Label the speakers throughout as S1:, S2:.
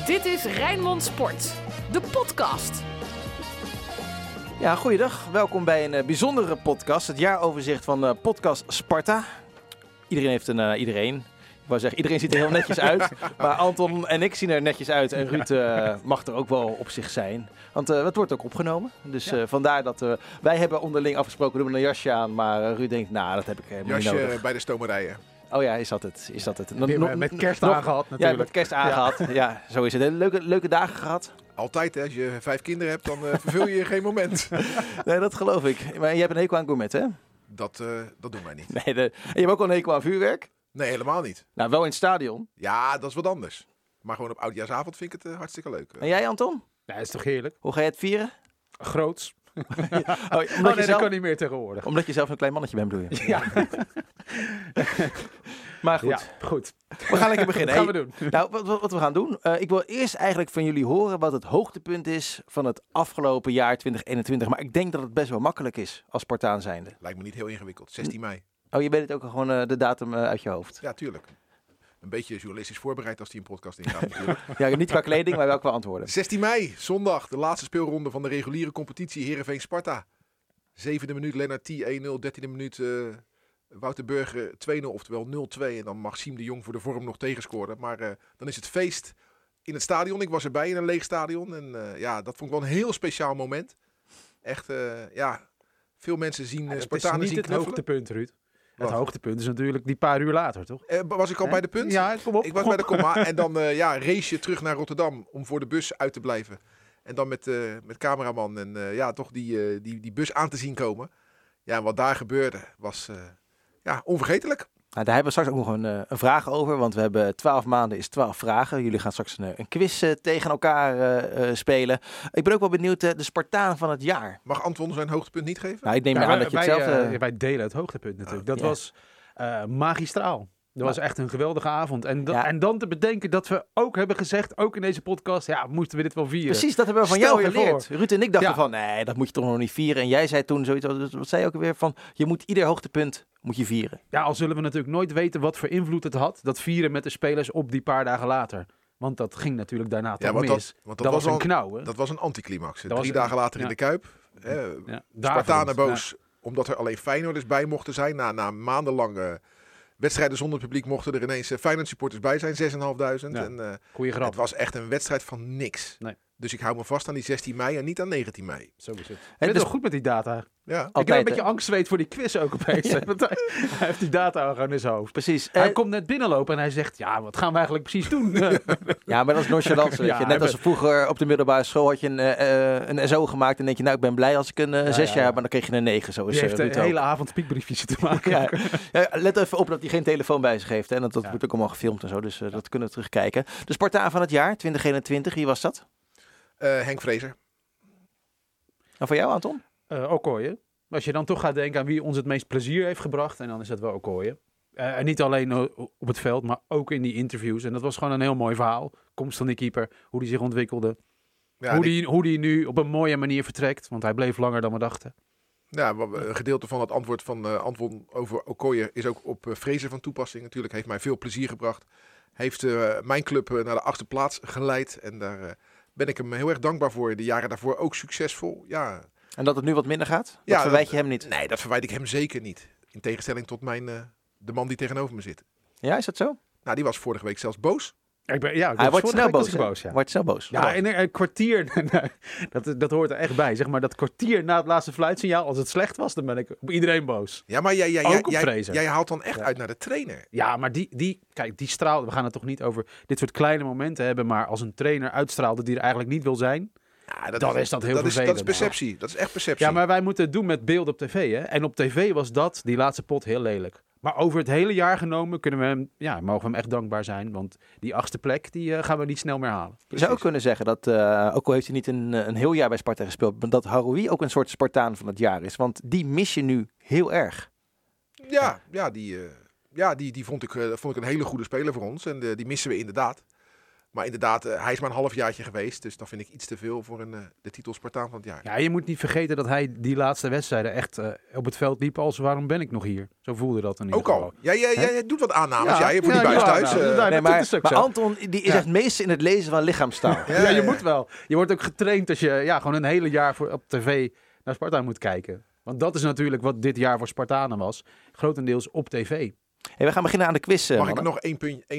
S1: Dit is Rijnmond Sport, de podcast.
S2: Ja, goeiedag. Welkom bij een bijzondere podcast. Het jaaroverzicht van podcast Sparta. Iedereen heeft een iedereen. Ik wou zeggen, iedereen ziet er heel netjes uit. Maar Anton en ik zien er netjes uit. En Ruud mag er ook wel op zich zijn. Want het wordt ook opgenomen. Dus vandaar dat wij hebben onderling afgesproken, doen we een jasje aan. Maar Ruud denkt, nou, dat heb ik helemaal niet nodig.
S3: Jasje bij de stomerijen.
S2: Oh ja, is dat het? Is dat het?
S4: Met kerst aangehad natuurlijk.
S2: Ja, met kerst aangehad. Ja, zo is het. Leuke dagen gehad.
S3: Altijd, hè? Als je 5 kinderen hebt, dan verveel je geen moment.
S2: Nee, dat geloof ik. Maar je hebt een hekel aan gourmet, hè?
S3: Dat doen wij niet.
S2: Nee, en je hebt ook wel een hekel aan vuurwerk?
S3: Nee, helemaal niet.
S2: Nou, wel in het stadion.
S3: Ja, dat is wat anders. Maar gewoon op oudjaarsavond vind ik het hartstikke leuk.
S2: En jij, Anton?
S4: Ja, dat is toch heerlijk?
S2: Hoe ga je het vieren?
S4: Groots.
S2: Dat
S4: kan niet meer tegenwoordig.
S2: Omdat je zelf een klein mannetje bent, bedoel je?
S4: Ja.
S2: Maar goed.
S4: Ja, goed.
S2: We gaan lekker beginnen.
S4: Wat gaan we doen?
S2: Nou, wat we gaan doen. Ik wil eerst eigenlijk van jullie horen wat het hoogtepunt is van het afgelopen jaar 2021. Maar ik denk dat het best wel makkelijk is als Spartaan zijnde.
S3: Lijkt me niet heel ingewikkeld. 16 mei.
S2: Oh, je weet het ook gewoon de datum uit je hoofd?
S3: Ja, tuurlijk. Een beetje journalistisch voorbereid als die een podcast ingaat natuurlijk.
S2: Ja, niet qua kleding, maar wel qua antwoorden.
S3: 16 mei, zondag. De laatste speelronde van de reguliere competitie. Heerenveen-Sparta. 7e minuut Lennart T 1-0. 13e minuut Wouter Burger 2-0, oftewel 0-2. En dan mag Siem de Jong voor de vorm nog tegenscoren. Maar dan is het feest in het stadion. Ik was erbij in een leeg stadion. En dat vond ik wel een heel speciaal moment. Echt, veel mensen zien Spartanen
S4: niet
S3: zien
S4: het
S3: knuffelen.
S4: hoogtepunt, Ruud. Het
S3: Wat?
S4: hoogtepunt is natuurlijk die paar uur later, toch?
S3: Was ik al bij de punt?
S4: Ja, kom op.
S3: Ik was bij de komma. En dan race je terug naar Rotterdam om voor de bus uit te blijven. En dan met cameraman en toch die bus aan te zien komen. Ja, en wat daar gebeurde was onvergetelijk.
S2: Nou, daar hebben we straks ook nog een vraag over, want we hebben 12 maanden is 12 vragen. Jullie gaan straks een quiz tegen elkaar spelen. Ik ben ook wel benieuwd, de Spartaan van het jaar.
S3: Mag Anton zijn hoogtepunt niet geven?
S2: Nou, ik neem aan dat je hetzelfde...
S4: wij delen het hoogtepunt natuurlijk. Dat was magistraal. Dat was echt een geweldige avond. En dan te bedenken dat we ook hebben gezegd, ook in deze podcast, moesten we dit wel vieren.
S2: Precies, dat hebben we van
S4: Stel
S2: jou
S4: je
S2: geleerd.
S4: voor.
S2: Ruud en ik dachten van, nee, dat moet je toch nog niet vieren. En jij zei toen zoiets, wat zei je ook alweer, van je moet ieder hoogtepunt moet je vieren.
S4: Ja, al zullen we natuurlijk nooit weten wat voor invloed het had, dat vieren met de spelers op die paar dagen later. Want dat ging natuurlijk daarna toch mis.
S3: Want
S4: dat was een knauw, hè?
S3: Dat was een anticlimax.
S4: Dat
S3: 3 dagen later in de Kuip.
S4: Daar
S3: Spartanen boos, omdat er alleen Feyenoorders bij mochten zijn. Na maandenlang wedstrijden zonder publiek mochten er ineens Feyenoord supporters bij zijn, 6.500.
S4: Ja, goeie grap.
S3: Het was echt een wedstrijd van niks.
S4: Nee.
S3: Dus ik hou me vast aan die 16 mei en niet aan 19 mei.
S4: Zo is het. Je
S2: Het
S4: bent
S2: is
S4: wel goed met die data.
S3: Ja.
S4: Ik heb een beetje angstzweet voor die quiz ook opeens. Want hij heeft die data gewoon in zijn hoofd.
S2: Precies.
S4: Hij komt net binnenlopen en hij zegt, wat gaan we eigenlijk precies doen?
S2: Ja, maar dat is nonchalance, weet je. Net als vroeger op de middelbare school had je een SO gemaakt en denk je, nou, ik ben blij als ik een 6 jaar heb, maar dan kreeg je een 9. Zo is
S4: Die heeft
S2: Ruud
S4: de
S2: ook.
S4: hele avond spiekbriefjes te maken.
S2: Ja, let even op dat hij geen telefoon bij zich heeft. Hè? Dat wordt ook allemaal gefilmd en zo, dus dat kunnen we terugkijken. De Spartaan van het jaar, 2021, wie was dat?
S3: Henk Vrezer.
S2: En voor jou, Anton?
S4: Okoye. Als je dan toch gaat denken aan wie ons het meest plezier heeft gebracht, en dan is dat wel Okoye. En niet alleen op het veld, maar ook in die interviews. En dat was gewoon een heel mooi verhaal. Komst van die keeper, hoe die zich ontwikkelde.
S3: Ja,
S4: hoe die nu op een mooie manier vertrekt, want hij bleef langer dan we dachten.
S3: Ja, een gedeelte van het antwoord van Anton over Okoye is ook op Vrezer van toepassing. Natuurlijk heeft mij veel plezier gebracht. Heeft mijn club naar de 8e plaats geleid. En daar ben ik hem heel erg dankbaar voor. De jaren daarvoor ook succesvol. Ja.
S2: En dat het nu wat minder gaat? Dat verwijt je hem niet?
S3: Nee, dat verwijt ik hem zeker niet. In tegenstelling tot de man die tegenover me zit.
S2: Ja, is dat zo?
S3: Nou, die was vorige week zelfs boos.
S2: Hij wordt snel boos.
S4: Ja.
S2: Wordt snel boos.
S4: Ja, in een kwartier, dat hoort er echt bij. Zeg maar dat kwartier na het laatste fluitsignaal, als het slecht was, dan ben ik op iedereen boos.
S3: Ja, maar
S4: Vrezer.
S3: jij haalt dan echt uit naar de trainer.
S4: Ja, maar die straalt. We gaan het toch niet over dit soort kleine momenten hebben, maar als een trainer uitstraalde die er eigenlijk niet wil zijn,
S3: Ja,
S4: dan is dat heel vervelend.
S3: Dat is perceptie. Dat is echt perceptie.
S4: Ja, maar wij moeten het doen met beeld op tv. Hè? En op tv was die laatste pot heel lelijk. Maar over het hele jaar genomen mogen we hem echt dankbaar zijn. Want die 8e plek, die gaan we niet snel meer halen.
S2: Je zou ook kunnen zeggen dat, ook al heeft hij niet een heel jaar bij Sparta gespeeld, maar dat Haroui ook een soort Spartaan van het jaar is. Want die mis je nu heel erg.
S3: Die vond ik een hele goede speler voor ons. En die missen we inderdaad. Maar inderdaad, hij is maar een halfjaartje geweest. Dus dan vind ik iets te veel voor de titel Spartaan van het jaar.
S4: Ja, je moet niet vergeten dat hij die laatste wedstrijden echt op het veld liep als waarom ben ik nog hier? Zo voelde dat in ieder
S3: Ook
S4: geval.
S3: al. Jij doet wat aannames.
S4: Ja,
S3: Jij voor die
S4: ja,
S3: buis
S4: ja,
S3: thuis.
S4: ja,
S2: Nee,
S4: dat is ook
S2: maar
S4: zo.
S2: Anton die is het meeste in het lezen van lichaamstaal.
S4: Ja, je moet wel. Je wordt ook getraind als je gewoon een hele jaar op tv naar Sparta moet kijken. Want dat is natuurlijk wat dit jaar voor Spartanen was. Grotendeels op tv.
S2: Hey, we gaan beginnen aan de quiz.
S3: Mag ik
S2: mannen.
S3: er nog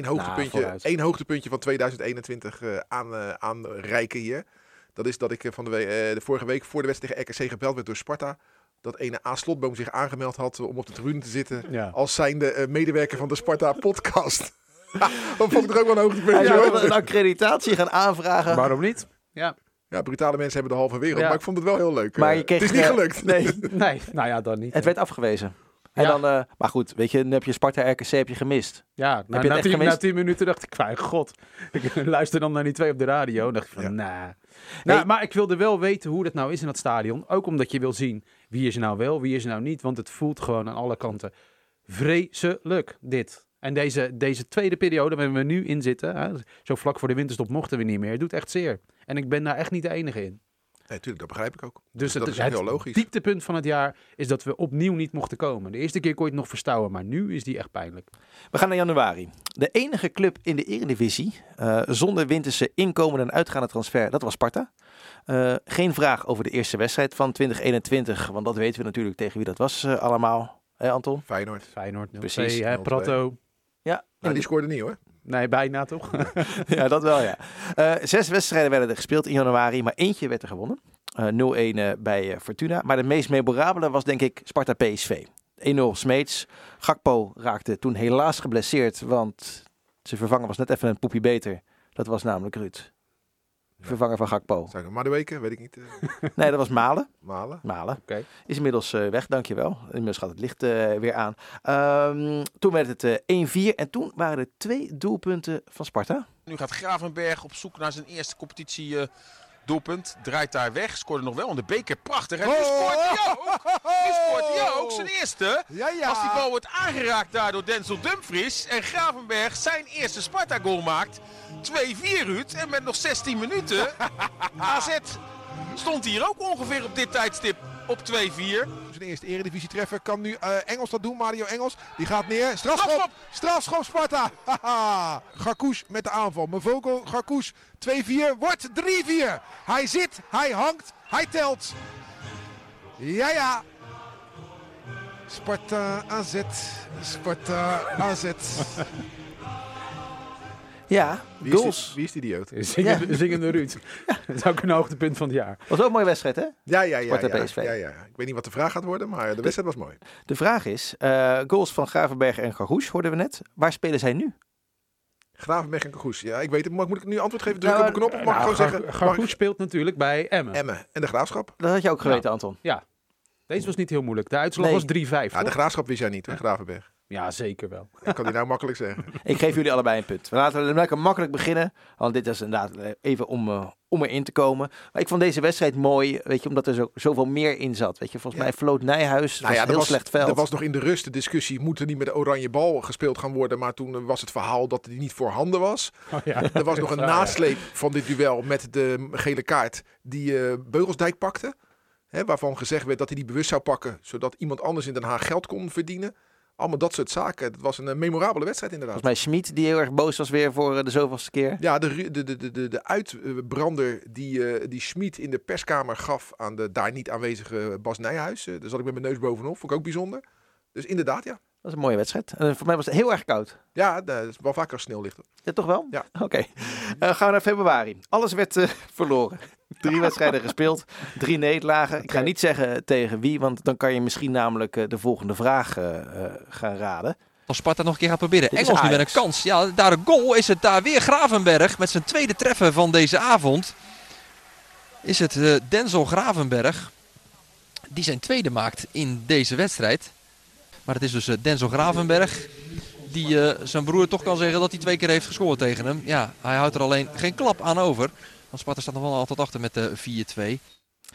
S3: één hoogtepuntje van 2021 aanreiken hier? Dat is dat ik de vorige week voor de wedstrijd tegen RKC gebeld werd door Sparta. Dat ene A. Slotboom zich aangemeld had om op de tribune te zitten.
S4: Ja.
S3: Als zijnde medewerker van de Sparta podcast. Dat vond ik toch ook wel een hoogtepuntje.
S2: Hij
S3: hoor.
S2: wilde een accreditatie gaan aanvragen.
S4: Waarom niet? Ja.
S3: Ja, brutale mensen hebben de halve wereld.
S4: Ja.
S3: Maar ik vond het wel heel leuk.
S2: Maar je kreeg,
S3: het is niet gelukt.
S2: Nee,
S4: Nee, nou ja, dan niet.
S2: het werd afgewezen. En
S4: Ja.
S2: dan, maar goed, weet je, dan heb je Sparta RKC heb je gemist.
S4: Ja,
S2: Heb je het echt
S4: na
S2: gemist?
S4: 10 minuten dacht ik, mijn god. Ik luister dan naar die 2 op de radio. En dacht ik van,
S3: Ja.
S4: nah.
S2: Nee.
S4: Nou, maar ik wilde wel weten hoe dat nou is in dat stadion. Ook omdat je wil zien wie is er nou wel, wie is er nou niet. Want het voelt gewoon aan alle kanten vreselijk, dit. En deze tweede periode waarin we nu in zitten, hè, zo vlak voor de winterstop mochten we niet meer, doet echt zeer. En ik ben daar echt niet de enige in.
S3: Nee, tuurlijk, dat begrijp ik ook.
S4: Dus
S3: dat
S4: het,
S3: is heel logisch.
S4: dieptepunt van het jaar is dat we opnieuw niet mochten komen. De eerste keer kon je het nog verstouwen, maar nu is die echt pijnlijk.
S2: We gaan naar januari. De enige club in de Eredivisie zonder winterse inkomen en uitgaande transfer, dat was Sparta. Geen vraag over de eerste wedstrijd van 2021, want dat weten we natuurlijk tegen wie dat was allemaal. Hè, Anton?
S3: Feyenoord.
S4: Feyenoord 0-2,
S2: Precies,
S4: hè,
S3: 0-2.
S4: Prato.
S2: Ja,
S3: Nou, die scoorde niet hoor.
S4: Nee, bijna toch?
S2: ja, dat wel, ja. 6 wedstrijden werden er gespeeld in januari, maar eentje werd er gewonnen. 0-1 bij Fortuna. Maar de meest memorabele was denk ik Sparta PSV. 1-0 Smeets. Gakpo raakte toen helaas geblesseerd, want zijn vervanger was net even een poepie beter. Dat was namelijk Ruud. Vervanger van Gakpo.
S3: Zijn er Madueke? Weet ik niet.
S2: Nee, dat was Malen.
S3: Malen.
S2: Malen.
S4: Oké.
S2: Is inmiddels weg, dankjewel. Inmiddels gaat het licht weer aan. Toen werd het 1-4 en toen waren er 2 doelpunten van Sparta.
S5: Nu gaat Gravenberg op zoek naar zijn eerste competitiedoelpunt. Draait daar weg. Scoorde nog wel in de beker. Prachtig. En nu scoort hij ook. Nu scoort hij ook zijn eerste.
S3: Ja,
S5: Als die bal wordt aangeraakt daar door Denzel Dumfries. En Gravenberg zijn eerste Sparta-goal maakt. 2-4 Ruud. En met nog 16 minuten. AZ stond hier ook ongeveer op dit tijdstip op 2-4.
S3: Zijn eerste eredivisie treffer. Kan nu Engels dat doen? Mario Engels. Die gaat neer. Strafschop. Strafschop Sparta. Haha. Garkouche met de aanval. Mavoko. Garkouche. 2-4. Wordt 3-4. Hij zit. Hij hangt. Hij telt. Ja, ja. Sparta AZ. Sparta AZ.
S2: Ja, goals.
S3: Wie is die idioot?
S4: Zingende Ruud. Dat is ook een hoogtepunt van het jaar.
S2: Was ook een mooie wedstrijd, hè?
S3: Ja.
S2: Sparta PSV.
S3: Ja. Ik weet niet wat de vraag gaat worden, maar de wedstrijd was mooi.
S2: De vraag is, goals van Gravenberg en Gargouche hoorden we net. Waar spelen zij nu?
S3: Gravenberg en Garkouche. Ja, ik weet het. Moet ik nu antwoord geven? Druk op een knop? Of mag ik gewoon zeggen?
S4: Garkouche speelt natuurlijk bij Emmen.
S3: Emmen en de Graafschap.
S2: Dat had je ook geweten, Anton.
S4: Deze was niet heel moeilijk. De uitslag
S2: Nee.
S4: was 3-5.
S3: Ja, de
S4: toch?
S3: Graafschap wist jij niet, hè, Gravenberg.
S4: Ja, zeker wel.
S3: Ik kan die nou makkelijk zeggen.
S2: Ik geef jullie allebei een punt. Laten we lekker makkelijk beginnen. Want dit is inderdaad even om erin te komen. Maar ik vond deze wedstrijd mooi, weet je, omdat er zoveel meer in zat. Weet je, volgens mij floot Nijhuis, was een heel slecht veld.
S3: Er was nog in de rust de discussie, moet er niet met de oranje bal gespeeld gaan worden? Maar toen was het verhaal dat die niet voorhanden was.
S4: Oh, ja.
S3: Er was nog een nasleep van dit duel met de gele kaart die Beugelsdijk pakte. Hè, waarvan gezegd werd dat hij die bewust zou pakken, zodat iemand anders in Den Haag geld kon verdienen. Allemaal dat soort zaken. Het was een memorabele wedstrijd inderdaad.
S2: Volgens mij Schmid, die heel erg boos was weer voor de zoveelste keer.
S3: Ja, de uitbrander die Schmid in de perskamer gaf aan de daar niet aanwezige Bas Nijhuis. Daar zat ik met mijn neus bovenop. Vond ik ook bijzonder. Dus inderdaad, ja.
S2: Dat was een mooie wedstrijd. En voor mij was het heel erg koud.
S3: Ja, dat is wel vaker als sneeuw ligt.
S2: Ja, toch wel?
S3: Ja.
S2: Oké. Gaan we naar februari. Alles werd verloren. 3 wedstrijden gespeeld. 3 nederlagen. Ik ga niet zeggen tegen wie, want dan kan je misschien namelijk de volgende vraag gaan raden.
S6: Als Sparta nog een keer gaat proberen.
S2: Dit is
S6: Engels nu met
S2: Ajax.
S6: een kans. Ja, daar een goal. Is het daar weer Gravenberg met zijn tweede treffer van deze avond. Is het Denzel Gravenberg die zijn tweede maakt in deze wedstrijd. Maar het is dus Denzel Gravenberg die zijn broer toch kan zeggen dat hij 2 keer heeft gescoord tegen hem. Ja, hij houdt er alleen geen klap aan over. Want Sparta staat nog wel altijd achter met de 4-2.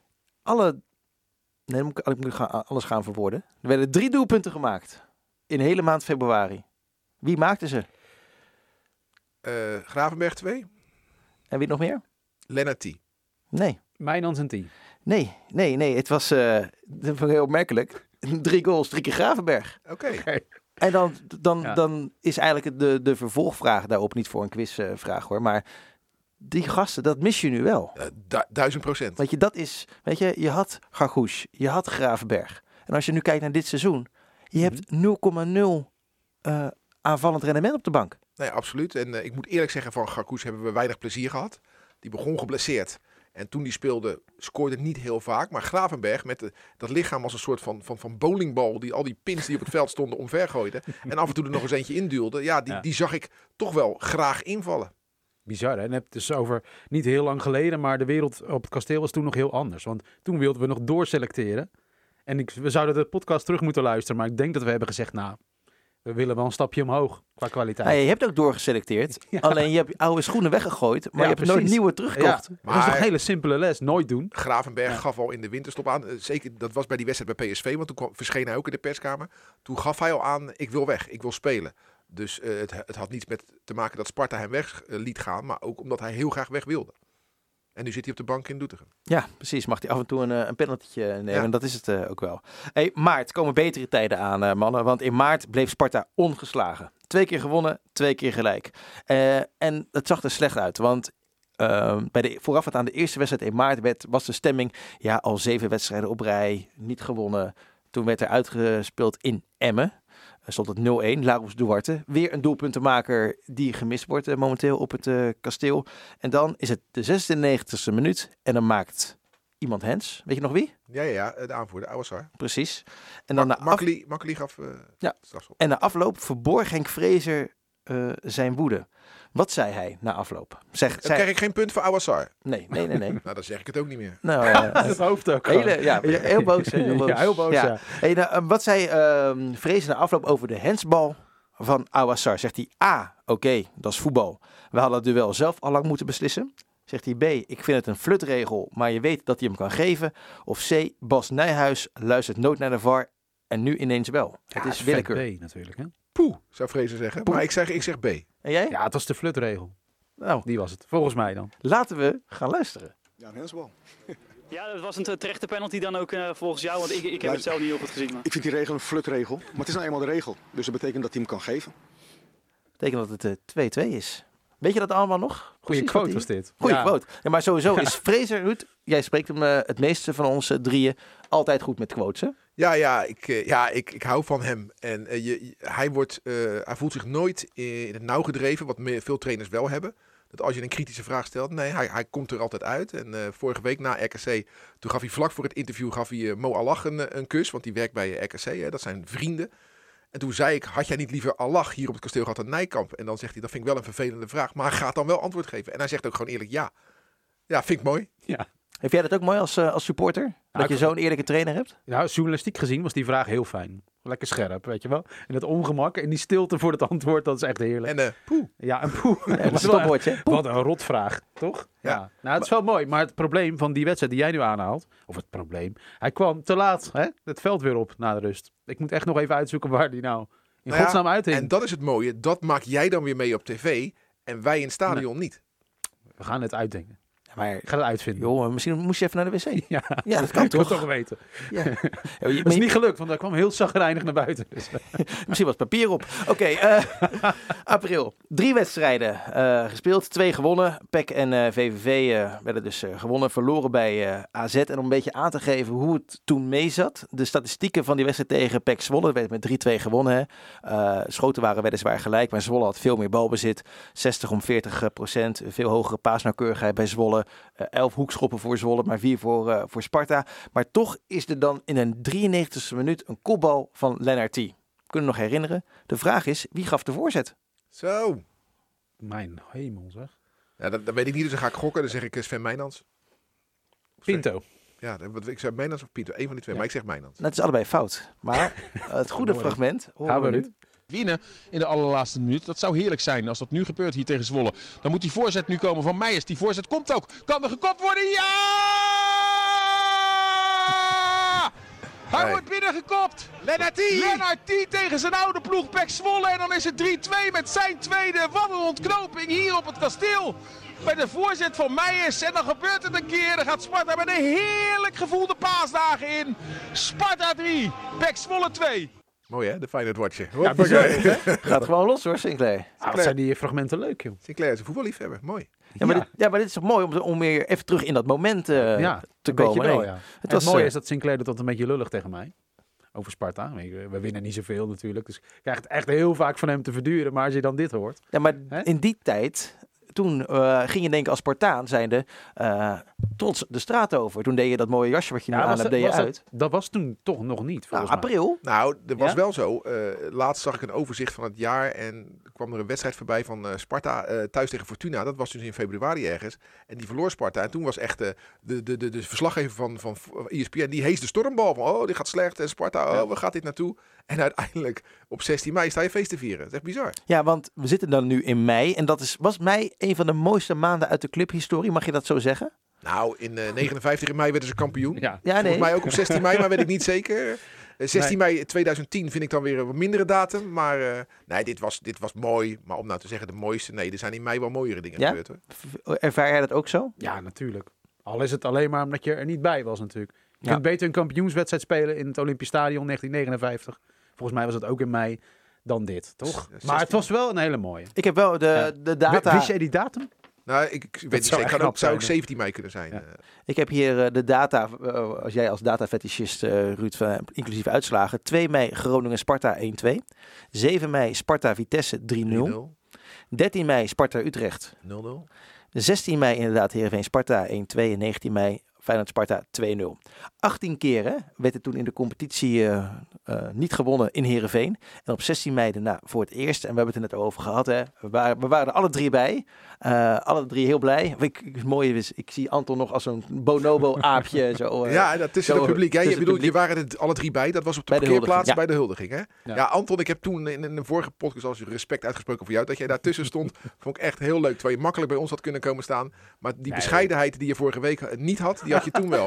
S2: Nee, ik moet alles gaan verwoorden. Er werden 3 doelpunten gemaakt. In de hele maand februari. Wie maakte ze?
S3: Gravenberg 2.
S2: En wie nog meer?
S3: Lennart T.
S2: Nee.
S4: Mijnans en 10.
S2: Nee. Het was dat vond ik heel opmerkelijk. 3 goals, 3 keer Gravenberg.
S3: Oké.
S2: En dan is eigenlijk de vervolgvraag daarop, niet voor een quizvraag hoor, maar die gasten, dat mis je nu wel.
S3: 1000%.
S2: Weet je, je had Gargouche, je had Gravenberg. En als je nu kijkt naar dit seizoen, je hebt 0,0 aanvallend rendement op de bank.
S3: Nee, absoluut. En ik moet eerlijk zeggen, van Gargouche hebben we weinig plezier gehad. Die begon geblesseerd. En toen die speelde, scoorde niet heel vaak. Maar Gravenberg met dat lichaam als een soort van bowlingbal. Die al die pins die op het veld stonden omver gooide. En af en toe er nog eens eentje induwde. Ja, die zag ik toch wel graag invallen.
S4: Bizar, hè? En heb het dus over niet heel lang geleden, maar de wereld op het kasteel was toen nog heel anders. Want toen wilden we nog doorselecteren. En we zouden de podcast terug moeten luisteren, maar ik denk dat we hebben gezegd, nou, we willen wel een stapje omhoog qua kwaliteit.
S2: Ja, je hebt ook doorgeselecteerd. Ja. Alleen je hebt oude schoenen weggegooid, maar je hebt nooit nieuwe teruggekocht.
S4: Ja, maar dat is toch een hele simpele les. Nooit doen.
S3: Gravenberg gaf al in de winterstop aan. Zeker, dat was bij die wedstrijd bij PSV, want toen verscheen hij ook in de perskamer. Toen gaf hij al aan, ik wil weg, ik wil spelen. Dus het had niets met te maken dat Sparta hem weg liet gaan, maar ook omdat hij heel graag weg wilde. En nu zit hij op de bank in Doetinchem.
S2: Ja, precies. Mag hij af en toe een penaltytje nemen. Ja. En dat is het ook wel. Hey, maart komen betere tijden aan, mannen. Want in maart bleef Sparta ongeslagen. 2 keer gewonnen, 2 keer gelijk. En het zag er slecht uit. Want voorafgaand aan de eerste wedstrijd in maart was de stemming, ja, al 7 wedstrijden op rij, niet gewonnen. Toen werd er uitgespeeld in Emmen. Stond het 0-1. Larus Duarte. Weer een doelpuntenmaker die gemist wordt momenteel op het kasteel. En dan is het de 96e minuut. En dan maakt iemand hands. Weet je nog wie?
S3: Ja, de aanvoerder, Awassar.
S2: Precies. En dan
S3: Makkeli gaf strafschop.
S2: En na afloop verborg Henk Vrezer zijn woede. Wat zei hij na afloop?
S3: Krijg ik geen punt voor Awassar?
S2: Nee.
S3: Nou, dan zeg ik het ook niet meer.
S2: Nou,
S4: het hoofd ook.
S2: Heel boos. Heel boos.
S4: Ja, heel boos, ja.
S2: Hey, wat zei Vrezer na afloop over de handsbal van Awassar? Zegt hij, oké, dat is voetbal. We hadden het duel zelf al lang moeten beslissen. Zegt hij, B, ik vind het een flutregel, maar je weet dat hij hem kan geven. Of C, Bas Nijhuis luistert nooit naar de VAR en nu ineens wel. Het is willekeur.
S4: B natuurlijk, hè?
S3: Poeh, zou Vrezer zeggen. Poeh. Maar ik zeg B.
S2: En jij?
S4: Ja, het was de flutregel.
S2: Nou,
S4: die was het. Volgens mij dan.
S2: Laten we gaan luisteren.
S7: Ja, een handsbal.
S8: Ja, dat was een terechte penalty dan ook volgens jou, want ik heb het zelf niet heel goed gezien. Maar.
S7: Ik vind die regel een flutregel, maar het is nou eenmaal de regel. Dus dat betekent dat hij hem kan geven.
S2: Dat betekent dat het 2-2 is. Weet je dat allemaal nog?
S4: Goeie quote was dit.
S2: Goeie quote. Ja, maar sowieso is Vrezer, Ruud, jij spreekt hem het meeste van ons drieën, altijd goed met quotes, hè?
S3: Ja, ik hou van hem. En hij voelt zich nooit in het nauw gedreven, wat veel trainers wel hebben. Dat als je een kritische vraag stelt, nee, hij komt er altijd uit. En vorige week na RKC, toen gaf hij vlak voor het interview Mo Allah een kus, want die werkt bij RKC, hè, dat zijn vrienden. En toen zei ik, had jij niet liever Allah hier op het kasteel gehad dan Nijkamp? En dan zegt hij, dat vind ik wel een vervelende vraag, maar hij gaat dan wel antwoord geven. En hij zegt ook gewoon eerlijk ja. Ja, vind ik mooi.
S4: Ja.
S2: Heb jij dat ook mooi als supporter? Dat je zo'n eerlijke trainer hebt?
S4: Ja, journalistiek gezien was die vraag heel fijn. Lekker scherp, weet je wel. En dat ongemak en die stilte voor het antwoord, dat is echt heerlijk.
S3: En poeh.
S4: Ja, en poeh.
S2: Ja, stopwoordje.
S4: Wat een rotvraag, toch? Ja. Nou, het is wel mooi. Maar het probleem van die wedstrijd die jij nu aanhaalt, of het probleem, hij kwam te laat, hè? Het veld weer op na de rust. Ik moet echt nog even uitzoeken waar die nou in godsnaam uithing.
S3: En dat is het mooie. Dat maak jij dan weer mee op tv en wij in het stadion niet.
S4: We gaan het uitdenken.
S2: Ja, maar
S4: ik ga het uitvinden.
S2: Joh, misschien moest je even naar de wc.
S4: Ja,
S2: dat kan toch?
S4: Ik wil toch weten.
S2: Ja.
S4: Het is niet gelukt, want hij kwam heel chagrijnig naar buiten. Dus.
S2: Misschien was papier op. Oké, april. 3 wedstrijden gespeeld, 2 gewonnen. PEC en VVV werden dus gewonnen, verloren bij AZ. En om een beetje aan te geven hoe het toen mee zat. De statistieken van die wedstrijd tegen PEC Zwolle werd met 3-2 gewonnen. Schoten waren weliswaar gelijk, maar Zwolle had veel meer balbezit. 60-40%, veel hogere paasnauwkeurigheid bij Zwolle. 11 hoekschoppen voor Zwolle, maar 4 voor Sparta. Maar toch is er dan in een 93e minuut een kopbal van Lennart T. Kunnen we nog herinneren? De vraag is, wie gaf de voorzet?
S3: Zo.
S4: Mijn hemel zeg.
S3: Ja, dat weet ik niet, dus dan ga ik gokken. Dan zeg ik Sven Meijnans.
S4: Pinto.
S3: Ja, ik zei Meijnans of Pinto. Eén van die twee, maar ik zeg Meijnans.
S2: Dat is allebei fout. Maar het goede fragment
S4: gaan we nu.
S5: Winnen in de allerlaatste minuut. Dat zou heerlijk zijn als dat nu gebeurt hier tegen Zwolle. Dan moet die voorzet nu komen van Meijers. Die voorzet komt ook. Kan er gekopt worden? Ja! Hij
S3: Nee.
S5: wordt binnengekopt.
S3: Lennartie!
S5: Lennartie tegen zijn oude ploeg Pek Zwolle. En dan is het 3-2 met zijn tweede. Wat een ontknoping hier op het kasteel. Bij de voorzet van Meijers. En dan gebeurt het een keer. Dan gaat Sparta met een heerlijk gevoelde paasdagen in. Sparta 3, Pek Zwolle 2.
S3: Mooi hè, de Feyenoord watje.
S4: Ja, bizar, hè?
S2: Gaat gewoon los hoor, Sinclair.
S4: Wat zijn die fragmenten leuk, joh.
S3: Sinclair is een voetballiefhebber. Mooi.
S2: Ja, maar dit is toch mooi om weer even terug in dat moment te
S4: Weet
S2: komen.
S4: je wel,
S2: Nee.
S4: ja.
S2: Het
S4: Het
S2: was,
S4: mooie is dat Sinclair doet dat een beetje lullig tegen mij. Over Sparta. We winnen niet zoveel natuurlijk. Dus ik krijg het echt heel vaak van hem te verduren. Maar als je dan dit hoort.
S2: Ja, maar
S4: Hè?
S2: in die tijd, toen ging je denken als Spartaan zijnde trots de straat over. Toen deed je dat mooie jasje wat je nu aan hebt, deed je uit.
S4: Dat was toen toch nog niet,
S2: Nou,
S4: volgens mij.
S2: april.
S3: Nou, er was
S4: Ja?
S3: wel zo. Laatst zag ik een overzicht van het jaar en er kwam er een wedstrijd voorbij van Sparta thuis tegen Fortuna. Dat was dus in februari ergens. En die verloor Sparta. En toen was echt de verslaggever van ESPN, die hees de stormbal van, oh, dit gaat slecht. En Sparta, waar gaat dit naartoe? En uiteindelijk op 16 mei sta je feest te vieren. Dat is echt bizar.
S2: Ja, want we zitten dan nu in mei. En was mei een van de mooiste maanden uit de clubhistorie. Mag je dat zo zeggen?
S3: Nou, in 59 in mei werden ze kampioen.
S4: Ja.
S2: Ja, nee.
S3: Volgens mij ook op 16 mei, maar weet ik niet zeker. 16 mei 2010 vind ik dan weer een wat mindere datum. Maar nee, dit was mooi. Maar om nou te zeggen de mooiste, nee, er zijn in mei wel mooiere dingen
S2: Ja?
S3: gebeurd hoor.
S2: Ervaar jij dat ook zo?
S4: Ja, natuurlijk. Al is het alleen maar omdat je er niet bij was natuurlijk. Je
S2: Ja.
S4: kunt beter een kampioenswedstrijd spelen in het Olympisch Stadion 1959. Volgens mij was het ook in mei dan dit, toch?
S3: 16.
S4: Maar het was wel een hele mooie.
S2: Ik heb wel de data.
S4: Wist jij die datum?
S3: Nou, ik weet niet
S4: zou
S3: zeker.
S4: echt
S3: Kan
S4: knap
S3: ook, zou ook
S4: zijn,
S3: 17 mei kunnen zijn.
S4: Ja.
S2: Ik heb hier de data, als jij als datafetischist, Ruud, inclusief uitslagen. 2 mei Groningen-Sparta 1-2. 7 mei Sparta-Vitesse 3-0. 13 mei Sparta-Utrecht.
S3: 0-0.
S2: 16 mei inderdaad Heerenveen-Sparta 1-2. En 19 mei Feyenoord-Sparta 2-0. 18 keren werd het toen in de competitie niet gewonnen in Heerenveen. En op 16 mei daarna voor het eerst. En we hebben het er net over gehad. Hè. We waren er alle drie bij. Alle drie heel blij. Het mooie is, ik zie Anton nog als zo'n bonobo-aapje. Zo,
S3: Ja, dat tussen
S2: zo,
S3: het publiek. Hè?
S2: tussen
S3: Je bedoelt,
S2: het publiek.
S3: je waren er alle drie bij. Dat was op de
S2: Bij de
S3: parkeerplaats
S2: huldiging,
S3: bij de huldiging. Hè?
S4: Ja.
S3: Ja, Anton, ik heb toen in een vorige podcast als respect uitgesproken voor jou. Dat jij daartussen stond, vond ik echt heel leuk. Terwijl je makkelijk bij ons had kunnen komen staan. Maar die bescheidenheid die je vorige week niet had, die had je toen wel.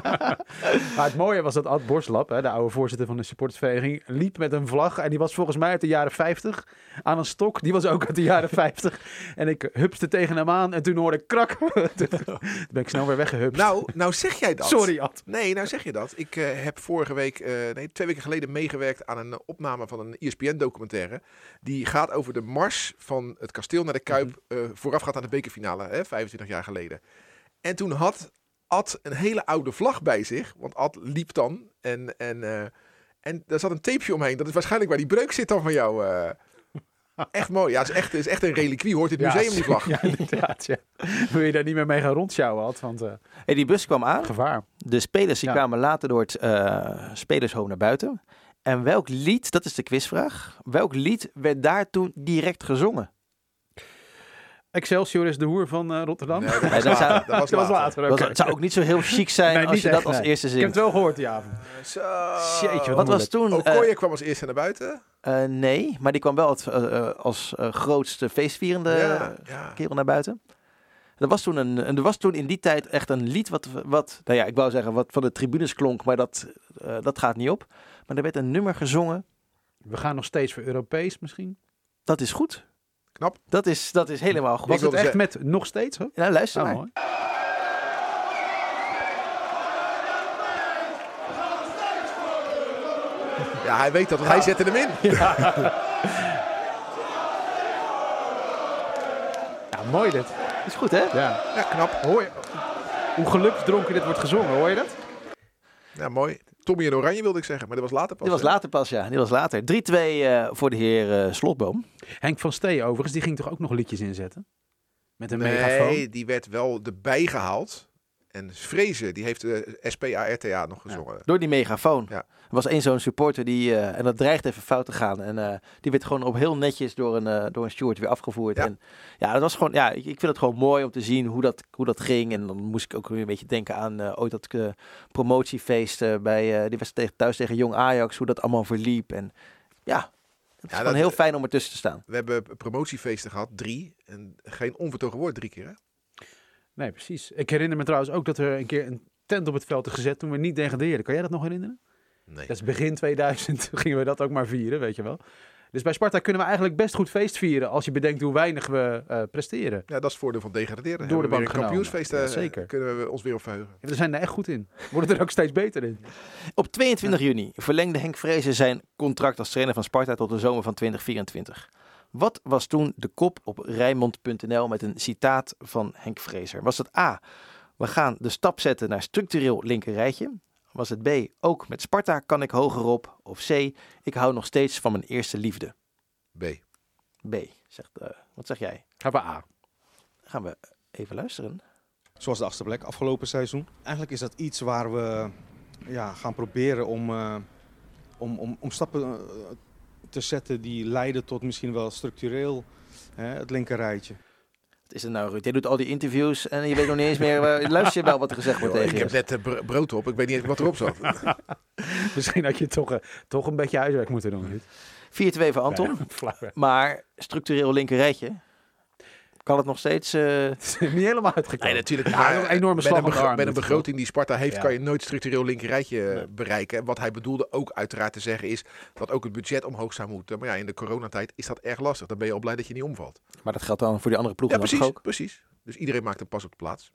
S4: Maar het mooie was dat Ad Borslap, de oude voorzitter van de supportersvereniging, liep met een vlag. En die was volgens mij uit de jaren 50 aan een stok. Die was ook uit de jaren 50. En ik hupste tegen hem aan en toen hoorde ik krak. Toen ben ik snel weer weggehupst.
S3: Nou zeg jij dat.
S4: Sorry, Ad.
S3: Nee, nou zeg je dat. Ik heb vorige week, 2 weken geleden meegewerkt aan een opname van een ESPN-documentaire. Die gaat over de mars van het kasteel naar de Kuip voorafgaand aan de bekerfinale, 25 jaar geleden. En toen had Ad een hele oude vlag bij zich, want Ad liep dan en daar zat een tapeje omheen. Dat is waarschijnlijk waar die breuk zit dan van jou. Echt mooi. Ja, het is echt een reliquie. Hoort in het museum die vlag.
S4: Ja, inderdaad. Ja. Wil je daar niet meer mee gaan rondsjouwen, Ad? Want
S2: Hey, die bus kwam aan.
S4: gevaar.
S2: De spelers die kwamen later door het spelershome naar buiten. En welk lied, dat is de quizvraag, welk lied werd daar toen direct gezongen?
S4: Excelsior is de hoer van Rotterdam.
S3: Nee,
S2: Nee, dat zou-
S3: dat was later.
S4: oké.
S2: Het zou ook niet zo heel chic zijn
S4: Nee,
S2: als
S4: niet
S2: je dat
S4: echt,
S2: als
S4: nee.
S2: eerste
S4: Ik heb
S2: zingt.
S4: het wel gehoord die avond.
S3: Zo.
S4: Jeetje,
S2: Wat was toen?
S3: Okoye kwam als eerste naar buiten.
S2: Nee, maar die kwam wel als grootste feestvierende
S3: Ja.
S2: kerel naar buiten. Er was toen in die tijd echt een lied wat nou ja, ik wou zeggen wat van de tribunes klonk, maar dat gaat niet op. Maar er werd een nummer gezongen.
S4: We gaan nog steeds voor Europees misschien.
S2: Dat is goed.
S3: Knap.
S2: Dat is helemaal goed.
S4: Was het
S3: wilde
S4: echt met nog steeds? Hoor?
S2: Nou, luister maar.
S4: mooi.
S3: Ja, hij weet dat, want hij zette hem in.
S4: Ja, mooi dit.
S2: Is goed, hè?
S4: Ja.
S3: Ja, knap.
S4: Hoor je hoe geluksdronken dit wordt gezongen? Hoor je dat?
S3: Ja, mooi. Tommy in Oranje wilde ik zeggen, maar dat was later pas.
S2: Die was
S3: hè?
S2: later pas, ja. Die was later. 3-2 voor de heer Slotboom.
S4: Henk van Stee overigens, die ging toch ook nog liedjes inzetten? Met een megafoon?
S3: Nee, die werd wel erbij gehaald. En Vrezen, die heeft de SPARTA nog gezongen.
S2: Door die megafoon.
S3: Ja.
S2: Er was één zo'n supporter die, en dat dreigt even fout te gaan. En die werd gewoon op heel netjes door een steward weer afgevoerd.
S3: Ja.
S2: En ja, dat was gewoon, ja, ik vind het gewoon mooi om te zien hoe dat ging. En dan moest ik ook weer een beetje denken aan ooit dat promotiefeest bij die was thuis tegen Jong Ajax, hoe dat allemaal verliep. En ja, het is gewoon heel fijn om ertussen te staan.
S3: We hebben promotiefeesten gehad, 3. En geen onvertogen woord 3 keer, hè?
S4: Nee, precies. Ik herinner me trouwens ook dat er een keer een tent op het veld is gezet toen we niet degradeerden. Kan jij dat nog herinneren?
S3: Nee.
S4: Dat is begin 2000 gingen we dat ook maar vieren, weet je wel. Dus bij Sparta kunnen we eigenlijk best goed feest vieren als je bedenkt hoe weinig we presteren.
S3: Ja, dat is het voordeel van degraderen.
S4: Door de bank
S3: een kampioensfeest
S4: genomen. Ja, zeker.
S3: Kunnen we ons weer op verheugen.
S4: We zijn er echt goed in. Worden er ook steeds beter in.
S2: Op 22 juni verlengde Henk Vrezer zijn contract als trainer van Sparta tot de zomer van 2024. Wat was toen de kop op Rijnmond.nl met een citaat van Henk Vrezer? Was het A, we gaan de stap zetten naar structureel linkerrijtje? Was het B, ook met Sparta kan ik hoger op? Of C, ik hou nog steeds van mijn eerste liefde?
S3: B.
S2: B, wat zeg jij?
S4: Gaan we A.
S2: Gaan we even luisteren.
S9: Zoals de 8e plek afgelopen seizoen. Eigenlijk is dat iets waar we gaan proberen om stappen te zetten die leiden tot misschien wel structureel het linkerrijtje.
S2: Wat is het nou, Ruud? Jij doet al die interviews en je weet nog niet eens meer... luister je wel wat er gezegd wordt tegen
S3: Ik
S2: je?
S3: heb net brood op. Ik weet niet eens wat erop zat.
S4: Misschien had je toch een beetje huiswerk moeten doen.
S2: 4-2 voor Anton.
S4: Flauw.
S2: Maar structureel linkerrijtje... Kan het nog steeds...
S4: Het is niet helemaal uitgekomen.
S3: Nee, natuurlijk.
S4: Ja,
S3: Maar
S4: een enorme slag op de arm.
S3: met een begroting die Sparta heeft,
S4: Ja.
S3: kan je nooit structureel linkerrijtje bereiken. En wat hij bedoelde ook uiteraard te zeggen is dat ook het budget omhoog zou moeten. Maar ja, in de coronatijd is dat erg lastig. Dan ben je al blij dat je niet omvalt.
S2: Maar dat geldt dan voor die andere
S3: Ja,
S2: ploegen
S3: precies.
S2: ook?
S3: Precies. Dus iedereen maakt een pas op de plaats.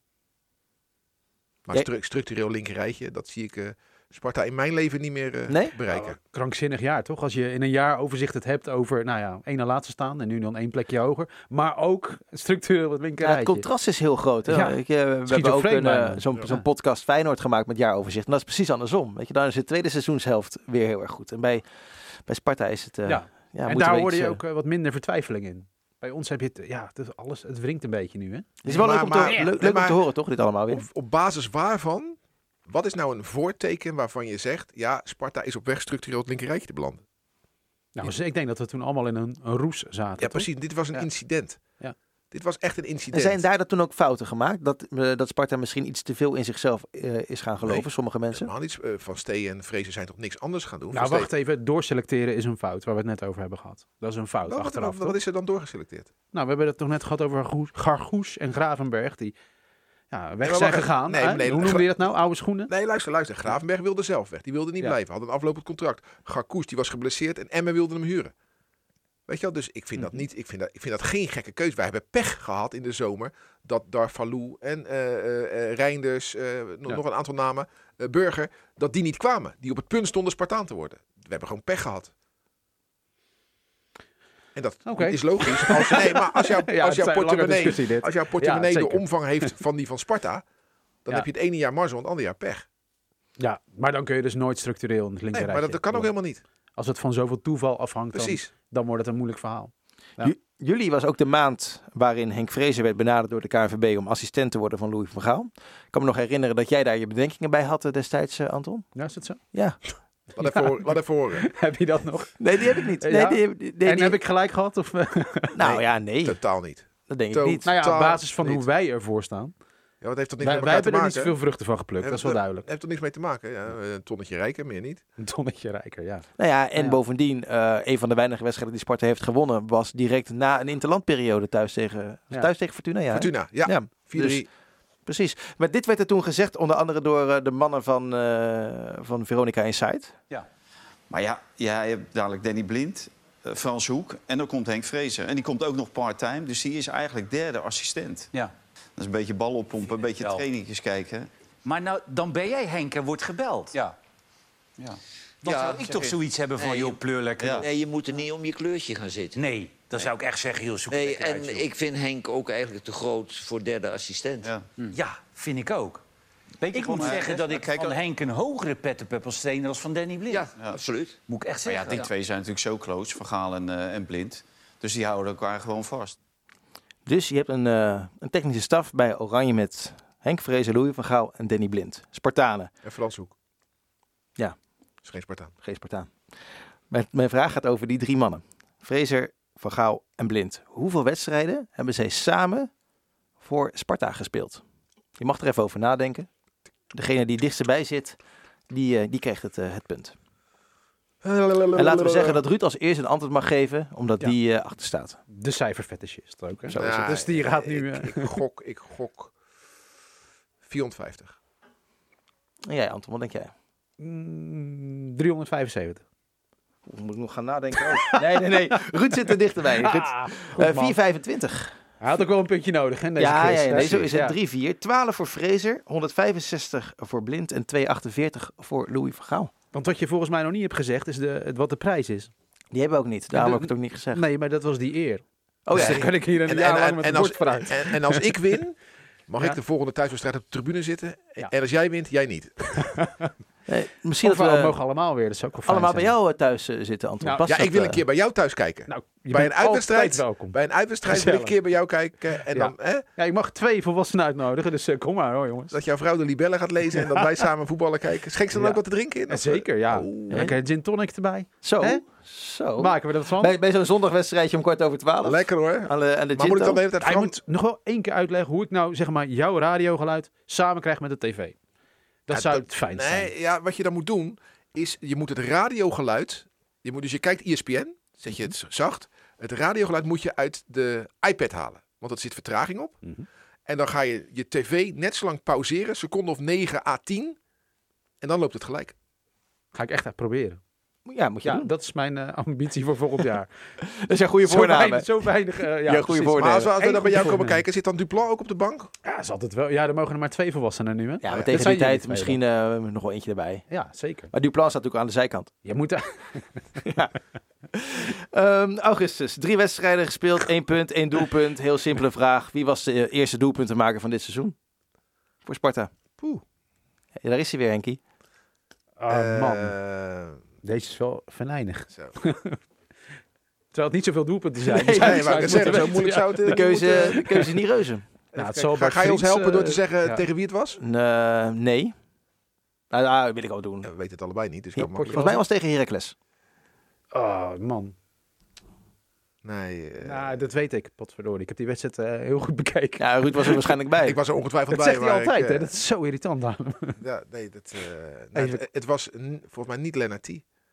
S3: Maar structureel linkerrijtje, dat zie ik Sparta in mijn leven niet meer bereiken.
S4: Nou, krankzinnig jaar, toch? Als je in een jaar overzicht het hebt over, één na laatste staan en nu dan 1 plekje hoger. Maar ook structureel het
S2: Ja,
S4: linkerrijtje.
S2: het contrast is heel groot. Hè?
S4: Ja.
S2: We hebben ook
S4: bijna.
S2: zo'n podcast Feyenoord gemaakt met jaaroverzicht. En dat is precies andersom. Weet je, dan is de tweede seizoenshelft weer heel erg goed. En bij Sparta is het...
S4: En daar hoorde je ook wat minder vertwijfeling in. Bij ons heb je het wringt een beetje nu, hè?
S2: Het is wel leuk om te horen, toch? Dit allemaal weer.
S3: Op basis waarvan, wat is nou een voorteken waarvan je zegt, ja, Sparta is op weg structureel het linkerrijtje te belanden?
S4: Nou, dus ik denk dat we toen allemaal in een roes zaten.
S3: Ja,
S4: toch?
S3: precies. Dit was een incident.
S4: Ja.
S3: Dit was echt een
S2: En
S3: incident.
S2: zijn daar toen ook fouten gemaakt? Dat Sparta misschien iets te veel in zichzelf is gaan geloven, sommige mensen?
S3: Helemaal niets. Van Steen en Vrezen zijn toch niks anders gaan doen?
S4: Nou,
S3: Van
S4: wacht even. Doorselecteren is een fout, waar we het net over hebben gehad. Dat is een fout
S3: Nou,
S4: achteraf.
S3: wat is er dan doorgeselecteerd?
S4: Nou, we hebben het toch net gehad over Gargoes en Gravenberg, die weg
S3: maar
S4: zijn
S3: wacht,
S4: gegaan.
S3: nee,
S4: hè?
S3: nee,
S4: Hoe noemde je dat nou? Oude schoenen?
S3: Nee, luister. Gravenberg wilde zelf weg. Die wilde niet blijven. Had een aflopend contract. Garkoes, die was geblesseerd en Emmen wilde hem huren. Weet je wel, dus ik vind dat niet. Ik vind dat geen gekke keuze. Wij hebben pech gehad in de zomer dat Darfalou en Reinders, nog een aantal namen, Burger, dat die niet kwamen. Die op het punt stonden Spartaan te worden. We hebben gewoon pech gehad. En dat is logisch. Als jouw portemonnee de omvang heeft van die van Sparta, dan heb je het ene jaar mazzel en het andere jaar pech.
S4: Ja, maar dan kun je dus nooit structureel in het linkerrijtje.
S3: Nee, maar dat kan ook helemaal niet.
S4: Als het van zoveel toeval afhangt, dan wordt het een moeilijk verhaal. Ja.
S2: Juli was ook de maand waarin Henk Vrezer werd benaderd door de KNVB om assistent te worden van Louis van Gaal. Ik kan me nog herinneren dat jij daar je bedenkingen bij had destijds, Anton.
S4: Ja, is dat zo?
S2: Ja.
S3: Laat even horen.
S4: Heb je dat nog?
S2: Nee, die heb ik niet.
S4: Heb ik gelijk gehad? Of?
S2: Nee.
S3: Totaal niet.
S2: Dat denk ik niet.
S4: Nou ja, op basis van hoe wij ervoor staan.
S3: Ja, wat heeft dat niks met
S4: wij
S3: elkaar te
S4: hebben er
S3: maken?
S4: niet zoveel vruchten van geplukt, dat is wel duidelijk.
S3: Heeft er niks mee te maken. Ja, een tonnetje rijker, meer niet.
S4: Een tonnetje rijker, ja.
S2: Nou ja, en bovendien, een van de weinige wedstrijden die Sparta heeft gewonnen, was direct na een interlandperiode thuis tegen Fortuna. Ja,
S3: Fortuna, ja. 4-3.
S2: Dus, precies. Maar dit werd er toen gezegd, onder andere door de mannen van Veronica Inside.
S10: Ja. Maar ja, je hebt dadelijk Danny Blind, Frans Hoek en dan komt Henk Vrezer. En die komt ook nog part-time, dus die is eigenlijk derde assistent.
S11: Ja.
S10: Dat is een beetje ballen oppompen, een beetje trainingjes kijken.
S11: Maar nou, dan ben jij Henk en wordt gebeld.
S10: Ja.
S11: Dan zou ik toch zoiets hebben van, joh, pleur lekker.
S12: Ja. Nee, je moet er niet om je kleurtje gaan zitten.
S11: Nee, dan zou ik echt zeggen, joh, zoek
S12: nee,
S11: lekker uit, joh.
S12: ik vind Henk ook eigenlijk te groot voor derde assistent.
S11: Ja, vind ik ook. Ik moet zeggen dat ik van Henk een hogere pet op heb als trainer als van Danny Blind.
S12: Ja, absoluut.
S10: Moet ik echt zeggen. Maar ja, die twee zijn natuurlijk zo close, Van Gaal en Blind. Dus die houden elkaar gewoon vast.
S2: Dus je hebt een technische staf bij Oranje met Henk Vrezer, Louis van Gaal en Danny Blind. Spartanen.
S3: En Frans Hoek.
S2: Ja.
S3: Is geen Spartaan.
S2: Geen Spartaan. Mijn vraag gaat over die 3 mannen. Vrezer, Van Gaal en Blind. Hoeveel wedstrijden hebben zij samen voor Sparta gespeeld? Je mag er even over nadenken. Degene die dichtst bij zit, die krijgt het punt. En laten we zeggen dat Ruud als eerste een antwoord mag geven, omdat die achter staat.
S4: De cijferfetischist ook, hè?
S2: Zo is het.
S4: Dus die gaat nu...
S3: Ik gok 450.
S2: En jij, Anton, wat denk jij?
S4: 375.
S2: Moet ik nog gaan nadenken ook. Nee. Ruud zit er dichterbij. 425.
S4: Hij had ook wel een puntje nodig, hè? Deze
S2: Ja,
S4: quiz.
S2: nee, zo is het. 3-4. 12 voor Fraser, 165 voor Blind en 248 voor Louis van Gaal.
S4: Want wat je volgens mij nog niet hebt gezegd, is wat de prijs is.
S2: Die hebben we ook niet. Daarom heb ik het ook niet gezegd.
S4: Nee, maar dat was die eer.
S2: Oh ja.
S4: Dus dan kan ik hier een jaar lang met het bord vooruit.
S3: En als ik win, mag
S4: Ja.
S3: ik de volgende thuiswedstrijd op de tribune zitten.
S4: Ja.
S3: En als jij wint, jij niet.
S2: Misschien
S4: Of
S2: dat
S4: we
S2: we
S4: mogen allemaal weer. Dat zou ook wel fijn
S2: allemaal bij
S4: zijn.
S2: jou thuis zitten, Anton.
S4: Nou,
S2: Past
S3: Ja,
S2: dat,
S3: ik wil een keer bij jou thuis kijken.
S4: Nou, je
S3: Bij
S4: bent
S3: een uitwedstrijd,
S4: altijd welkom.
S3: bij een uitwedstrijd wil ik een keer bij jou kijken. En dan,
S4: Ja, ik mag 2 volwassenen uitnodigen, dus kom maar hoor, jongens.
S3: dat jouw vrouw de libellen gaat lezen en dat wij samen voetballen kijken. Schenk ze dan ook wat te drinken in?
S4: Ja, zeker, ja. En dan krijg je gin tonic erbij.
S2: Zo.
S4: Hè?
S2: Zo.
S4: Maken we dat van?
S2: Bij zo'n zondagwedstrijdje om 11:15.
S3: Lekker hoor.
S2: Aan de
S3: Maar
S2: gin
S3: moet ik dan de hele tijd
S4: Hij
S3: Frans...
S4: moet nog wel 1 keer uitleggen hoe ik nou, zeg maar, jouw radiogeluid samen krijg met de tv. Dat zou het fijn zijn.
S3: Nee, ja, wat je dan moet doen, is je moet het radiogeluid... Dus je kijkt ESPN, zet je het zacht. Het radiogeluid moet je uit de iPad halen. Want er zit vertraging op. En dan ga je je tv net zo lang pauzeren, seconde of 9 à 10. En dan loopt het gelijk.
S4: Ga ik echt proberen.
S2: Ja, moet je doen.
S4: Dat is mijn ambitie voor volgend jaar.
S2: Dat zijn goede voornamen.
S4: Zo weinig.
S2: goede
S4: precies.
S2: voornamen.
S3: Maar als we dan bij jou
S4: goede
S3: komen
S4: voornaam.
S3: kijken, zit dan Duplan ook op de bank?
S4: Ja, is altijd wel. Ja, er mogen er maar 2 volwassenen nu, hè?
S2: Ja, maar
S4: Dat
S2: tegen
S4: zijn
S2: die tijd
S4: jullie
S2: misschien nog wel eentje erbij.
S4: Ja, zeker.
S2: Maar Duplan staat natuurlijk aan de zijkant.
S4: Je moet...
S2: Augustus, 3 wedstrijden gespeeld, 1 punt, 1 doelpunt. Heel simpele vraag. Wie was de eerste doelpuntenmaker van dit seizoen? Voor Sparta.
S3: Poeh.
S2: Ja, daar is hij weer, Henkie.
S4: Man. Deze is wel venijnig.
S3: Zo.
S4: Terwijl het niet zoveel doelpunten zijn.
S2: Nee,
S3: Nee, maar ik zeggen, zo moeilijk zou het...
S2: De keuze is niet reuze.
S4: Nou, het zal
S3: Ga je ons helpen door te zeggen
S4: ja.
S3: tegen wie het was?
S2: Nee. Nou, dat wil ik ook doen.
S3: Ja, we weten het allebei niet, dus
S2: Ja,
S3: kan makkelijk.
S2: volgens mij was het tegen Heracles.
S4: Oh, man.
S3: Nee.
S4: Nou, dat weet ik, potverdorie. Ik heb die wedstrijd heel goed bekeken.
S2: Ja, Ruud was er waarschijnlijk bij.
S3: Ik was er ongetwijfeld
S4: Dat
S3: bij.
S4: zegt hij
S3: maar
S4: altijd,
S3: ik,
S4: hè? Dat is zo irritant aan hem.
S3: Ja, nee, het was volgens mij niet Lennart T.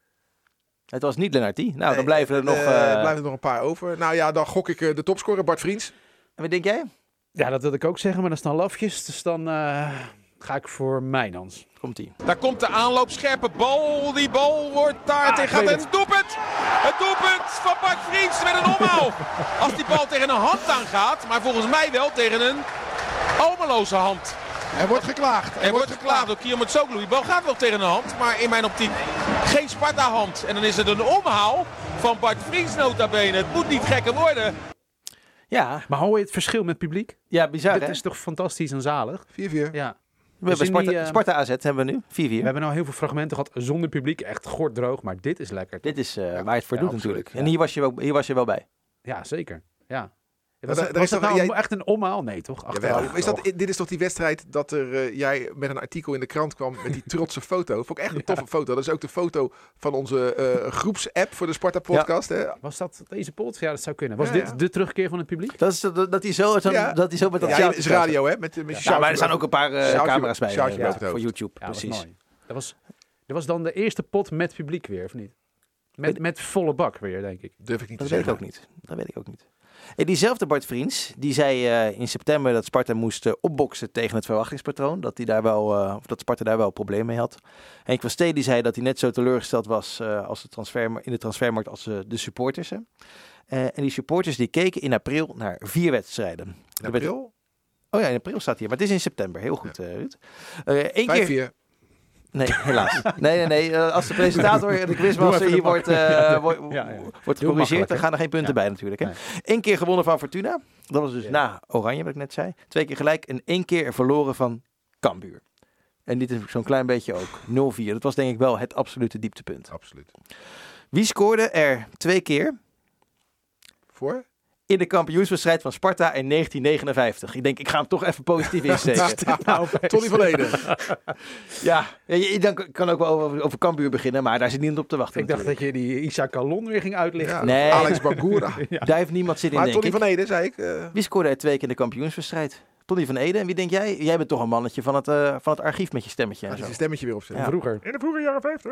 S2: Het was niet Lennart. Nou, dan blijven er nog...
S3: blijven er nog een paar over. Nou ja, dan gok ik de topscorer, Bart Vriends.
S2: En wat denk jij?
S4: Ja, dat wil ik ook zeggen, maar dat is dan lafjes. Dus dan ga ik voor Mijnans.
S2: Komt-ie.
S5: Daar komt de aanloop, scherpe bal. Die bal wordt daar tegen gaat en het doelpunt. Het doelpunt van Bart Vriends met een omhaal. Als die bal tegen een hand aangaat, maar volgens mij wel tegen een almeloze hand.
S3: Er wordt geklaagd.
S5: Er wordt geklaagd door Kiermatsoglu. Die bal gaat wel tegen een hand, maar in mijn optiek geen Sparta-hand. En dan is het een omhaal van Bart Vriends nota bene. Het moet niet gekker worden.
S2: Ja.
S4: Maar hoor je het verschil met publiek?
S2: Ja, bizar,
S4: Dit
S2: hè?
S4: is toch fantastisch en zalig?
S3: 4-4.
S4: Ja.
S2: We hebben
S4: Dus in die,
S2: Sparta AZ hebben we nu. 4-4.
S4: We hebben nou heel veel fragmenten gehad zonder publiek. Echt gordroog, maar dit is lekker.
S2: Dit is waar je het voor doet
S4: absoluut,
S2: natuurlijk.
S4: ja.
S2: En hier was je wel bij.
S4: Ja, zeker. Ja.
S3: Maar
S4: Was,
S3: daar
S4: was
S3: is
S4: dat
S3: toch-
S4: nou
S3: jij-
S4: echt een omhaal? Nee, toch? Achteraf.
S3: Dit is toch die wedstrijd dat jij met een artikel in de krant kwam met die trotse foto. Vond ik echt een toffe foto. Dat is ook de foto van onze groepsapp voor de Sparta podcast. Hè?
S4: Was dat deze pot? Ja, dat zou kunnen. Was
S3: Ja,
S4: dit
S3: ja.
S4: de terugkeer van het publiek?
S2: Dat is dat hij zo met dat
S3: Ja,
S2: sjaaltje
S3: het is radio, hè? Met
S2: Ja, maar er staan ook een paar camera's bij
S3: sjaaltje boven het
S2: voor
S3: hoofd.
S2: YouTube.
S4: Ja, dat was
S2: Precies.
S4: mooi. Dat was dan de eerste pot met publiek weer, of niet? Met volle bak weer, denk ik.
S3: Durf ik niet
S2: Dat
S3: te
S2: weet ik
S3: zeggen.
S2: ook niet. Dat weet ik ook niet. En diezelfde Bart Vriends, die zei in september dat Sparta moest opboksen tegen het verwachtingspatroon. Dat dat Sparta daar wel problemen mee had. Henk van Stee die zei dat hij net zo teleurgesteld was als in de transfermarkt als de supporters. Hè. En die supporters die keken in april naar 4 wedstrijden.
S3: In april?
S2: Oh ja, in april staat hier, maar het is in september. Heel goed, Ruud. 1 keer...
S3: 5-4.
S2: Nee, helaas. Nee. Als de presentator de quizmaster hier wordt gecorrigeerd, dan gaan er geen punten bij natuurlijk. Hè?
S4: Nee.
S2: 1 keer gewonnen van Fortuna. Dat was dus na Oranje, wat ik net zei. 2 keer gelijk en 1 keer verloren van Cambuur. En dit is zo'n klein beetje ook. 0-4. Dat was denk ik wel het absolute dieptepunt.
S3: Absoluut.
S2: Wie scoorde er 2 keer
S3: Voor?
S2: in de kampioenswedstrijd van Sparta in 1959? Ik denk, ik ga hem toch even positief insteken.
S3: Tony van Eden.
S2: Ja, dan kan ook wel over Cambuur beginnen, maar daar zit niemand op te wachten.
S4: Ik dacht dat je die Isaac Kalon weer ging uitlichten.
S3: Ja,
S2: Nee.
S3: Alex Bangura.
S2: Daar heeft niemand zin in,
S3: Maar
S2: denk
S3: Tony
S2: ik.
S3: van Eden, zei ik.
S2: Wie scoorde er 2 keer in de kampioenswedstrijd? Tony van Eden. En wie denk jij? Jij bent toch een mannetje van het archief met je stemmetje en
S3: Had
S2: zo.
S3: hij zijn stemmetje weer opzetten.
S2: Ja.
S4: Vroeger.
S3: In de vroege jaren 50.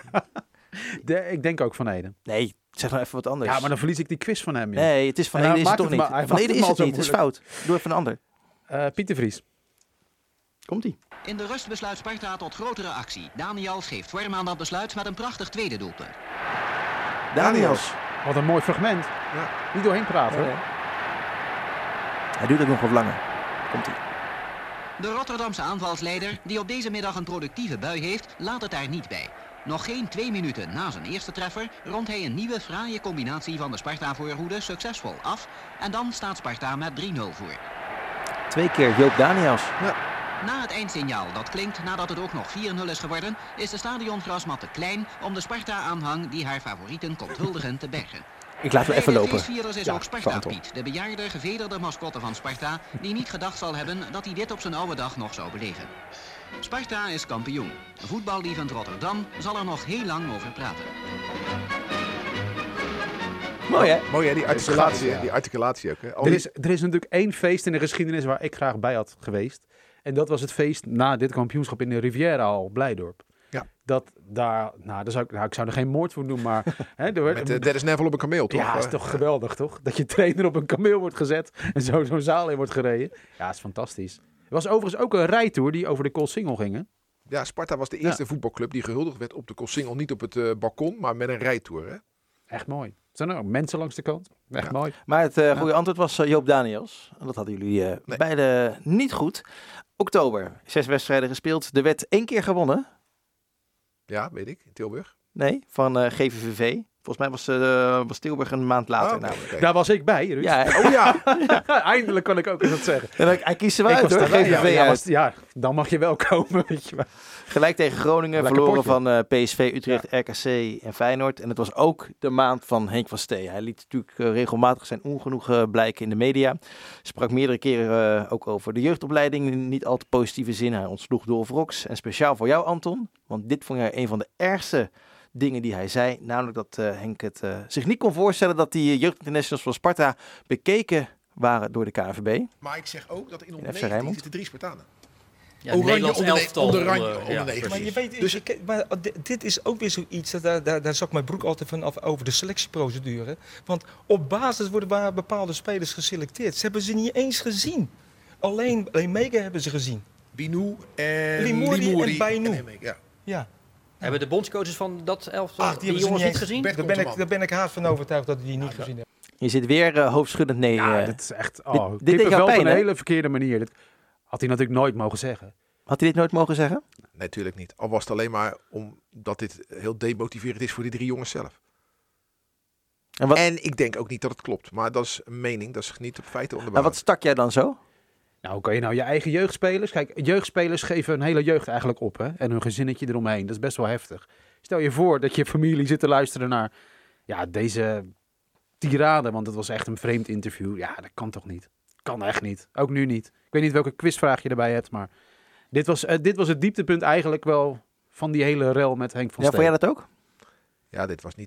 S4: Ik denk ook Van Eden.
S2: Nee, zeg nou even wat anders.
S4: Ja, maar dan verlies ik die quiz van hem. joh.
S2: Nee, het is Van
S4: En hij
S2: Eden is het
S4: maakt
S2: toch
S4: het
S2: niet.
S4: maar- hij
S2: Van
S4: maakt
S2: Eden
S4: het
S2: is
S4: maar
S2: het
S4: zo
S2: niet. Het is fout. Doe even een ander.
S4: Pieter Vries.
S2: Komt-ie.
S13: In de rust besluit Sparta tot grotere actie. Daniels geeft vorm aan dat besluit met een prachtig tweede doelpunt.
S2: Daniels.
S4: Wat een mooi fragment.
S3: Ja.
S4: Niet doorheen praten.
S2: Nee. Hij duurt ook nog wat langer. Komt-ie.
S13: De Rotterdamse aanvalsleider, die op deze middag een productieve bui heeft, laat het daar niet bij. Nog geen 2 minuten na zijn eerste treffer rondt hij een nieuwe fraaie combinatie van de Sparta-voorhoede succesvol af. En dan staat Sparta met 3-0 voor.
S2: 2 keer Joop Daniels.
S3: Ja.
S13: Na het eindsignaal dat klinkt nadat het ook nog 4-0 is geworden, is de stadiongrasmat te klein om de Sparta-aanhang die haar favorieten komt huldigen te bergen.
S2: Ik laat hem even lopen.
S13: Bij de feestvierders is ook
S2: voor
S13: Sparta
S2: Anton.
S13: Piet, de bejaarde gevederde mascotte van Sparta, die niet gedacht zal hebben dat hij dit op zijn oude dag nog zou beleven. Sparta is kampioen. Voetballievend Rotterdam zal er nog heel lang over praten.
S2: Mooi hè?
S3: Mooi hè, die articulatie, die articulatie ook. Hè?
S4: Er is natuurlijk 1 feest in de geschiedenis waar ik graag bij had geweest. En dat was het feest na dit kampioenschap in de Riviera op Blijdorp.
S3: Ja.
S4: Ik zou er geen moord voor doen, maar... Hè,
S3: Met Dennis Neville op een kameel, toch?
S4: Ja, dat is toch geweldig, toch? Dat je trainer op een kameel wordt gezet en zo'n zaal in wordt gereden. Ja, dat is fantastisch. Er was overigens ook een rijtour die over de Koolsingel ging, hè?
S3: Ja, Sparta was de eerste voetbalclub die gehuldigd werd op de Koolsingel. Niet op het balkon, maar met een rijtour, hè?
S4: Echt mooi. Zijn er ook mensen langs de kant? Echt mooi.
S2: Maar het goede antwoord was Joop Daniels. En dat hadden jullie beide niet goed. Oktober, 6 wedstrijden gespeeld. Er werd 1 keer gewonnen.
S3: Ja, weet ik. In Tilburg.
S2: Nee, van GVVV. Volgens mij was Tilburg een maand later.
S3: Okay.
S4: Daar was ik bij, Ruud.
S2: Ja,
S3: oh ja.
S4: Eindelijk kan ik ook eens wat zeggen.
S2: En hij kiest er wel uit, hoor. GVVV uit.
S4: Dan mag je wel komen, weet je wel.
S2: Gelijk tegen Groningen,
S4: Lekker
S2: verloren
S4: potje.
S2: van PSV, Utrecht, RKC en Feyenoord. En het was ook de maand van Henk van Stee. Hij liet natuurlijk regelmatig zijn ongenoegen blijken in de media. Sprak meerdere keren ook over de jeugdopleiding in niet al te positieve zin. Hij ontsloeg Dolf Rox. En speciaal voor jou, Anton, want dit vond jij een van de ergste dingen die hij zei. Namelijk dat Henk het zich niet kon voorstellen dat die jeugdinternationals van Sparta bekeken waren door de KNVB.
S3: Maar ik zeg ook dat in onder
S2: FC
S3: 19
S2: Rijnmond.
S3: zitten 3 Spartanen.
S14: Ja, Nederlands elftal.
S3: Onder 19.
S14: Maar je weet, dit is ook weer zoiets, daar zak mijn broek altijd van af over de selectieprocedure. Want op basis worden bepaalde spelers geselecteerd. Ze hebben ze niet eens gezien. Alleen Mega hebben ze gezien.
S3: Binou en
S14: Limouri en Bainu. Ja.
S11: Hebben de bondscoaches van dat elftal
S14: die
S11: jongens niet gezien?
S14: Daar ben ik haast van overtuigd dat die niet gezien hebben.
S2: Je zit weer hoofdschuddend nee.
S4: Ja, dit is echt
S2: dit deed jou
S4: wel op
S2: pijn,
S4: een
S2: hè?
S4: hele verkeerde manier. Dit had hij natuurlijk nooit mogen zeggen.
S2: Had hij dit nooit mogen zeggen?
S3: Nee, natuurlijk niet. Al was het alleen maar omdat dit heel demotiverend is voor die 3 jongens zelf. En ik denk ook niet dat het klopt. Maar dat is een mening, dat is niet op feiten onderbouwd.
S2: Maar wat stak jij dan zo?
S4: Nou, hoe kan je nou je eigen jeugdspelers... Kijk, jeugdspelers geven een hele jeugd eigenlijk op, hè? En hun gezinnetje eromheen. Dat is best wel heftig. Stel je voor dat je familie zit te luisteren naar deze tirade. Want het was echt een vreemd interview. Ja, dat kan toch niet? Kan echt niet. Ook nu niet. Ik weet niet welke quizvraag je erbij hebt, maar... Dit was het dieptepunt eigenlijk wel van die hele rel met Henk van Steen.
S2: Ja, vond jij dat ook?
S3: Ja, dit was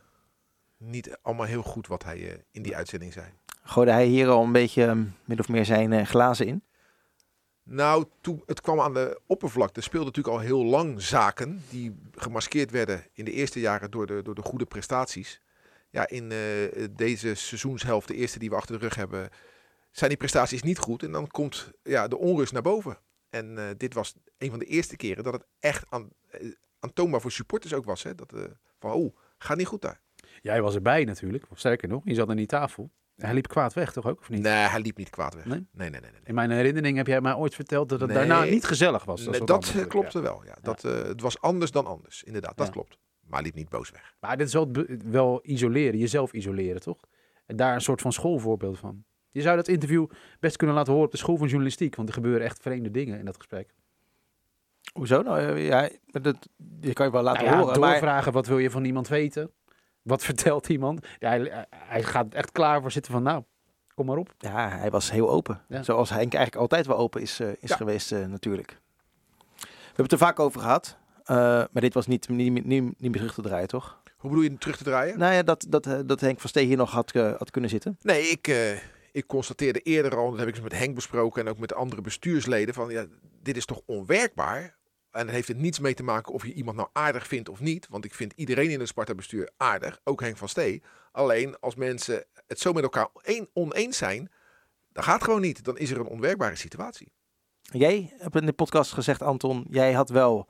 S3: niet allemaal heel goed wat hij in die uitzending zei.
S2: Gooide hij hier al een beetje min of meer zijn glazen in?
S3: Nou, toen het kwam aan de oppervlakte speelden natuurlijk al heel lang zaken die gemaskeerd werden in de eerste jaren door de goede prestaties. Ja, in deze seizoenshelft, de eerste die we achter de rug hebben, zijn die prestaties niet goed. En dan komt de onrust naar boven. En dit was een van de eerste keren dat het echt aantoonbaar voor supporters ook was. Hè? Gaat niet goed daar.
S4: Jij was erbij natuurlijk. Sterker nog, je zat aan die tafel. Hij liep kwaad weg, toch ook? Of niet?
S3: Nee, hij liep niet kwaad weg. Nee.
S4: In mijn herinnering heb jij mij ooit verteld dat het daarna niet gezellig was.
S3: Dat klopte wel, ja. Het was anders dan anders, inderdaad. Dat klopt. Maar hij liep niet boos weg.
S4: Maar dit is wel isoleren, jezelf isoleren, toch? En daar een soort van schoolvoorbeeld van. Je zou dat interview best kunnen laten horen op de school van journalistiek. Want er gebeuren echt vreemde dingen in dat gesprek.
S2: Hoezo? Nou, die kan je wel laten horen.
S4: Doorvragen, wat wil je van iemand weten? Wat vertelt iemand? Ja, hij gaat echt klaar voor zitten van kom maar op.
S2: Ja, hij was heel open. Ja. Zoals Henk eigenlijk altijd wel open is geweest natuurlijk. We hebben het er vaak over gehad. Maar dit was niet meer terug te draaien, toch?
S3: Hoe bedoel je terug te draaien?
S2: Nou ja, dat Henk van Steen hier nog had kunnen zitten.
S3: Nee, ik constateerde eerder al, dat heb ik met Henk besproken en ook met andere bestuursleden, van dit is toch onwerkbaar? En dan heeft het niets mee te maken of je iemand nou aardig vindt of niet. Want ik vind iedereen in het Sparta-bestuur aardig, ook Henk van Stee. Alleen als mensen het zo met elkaar oneens zijn, dan gaat het gewoon niet. Dan is er een onwerkbare situatie.
S2: Jij hebt in de podcast gezegd, Anton, jij had wel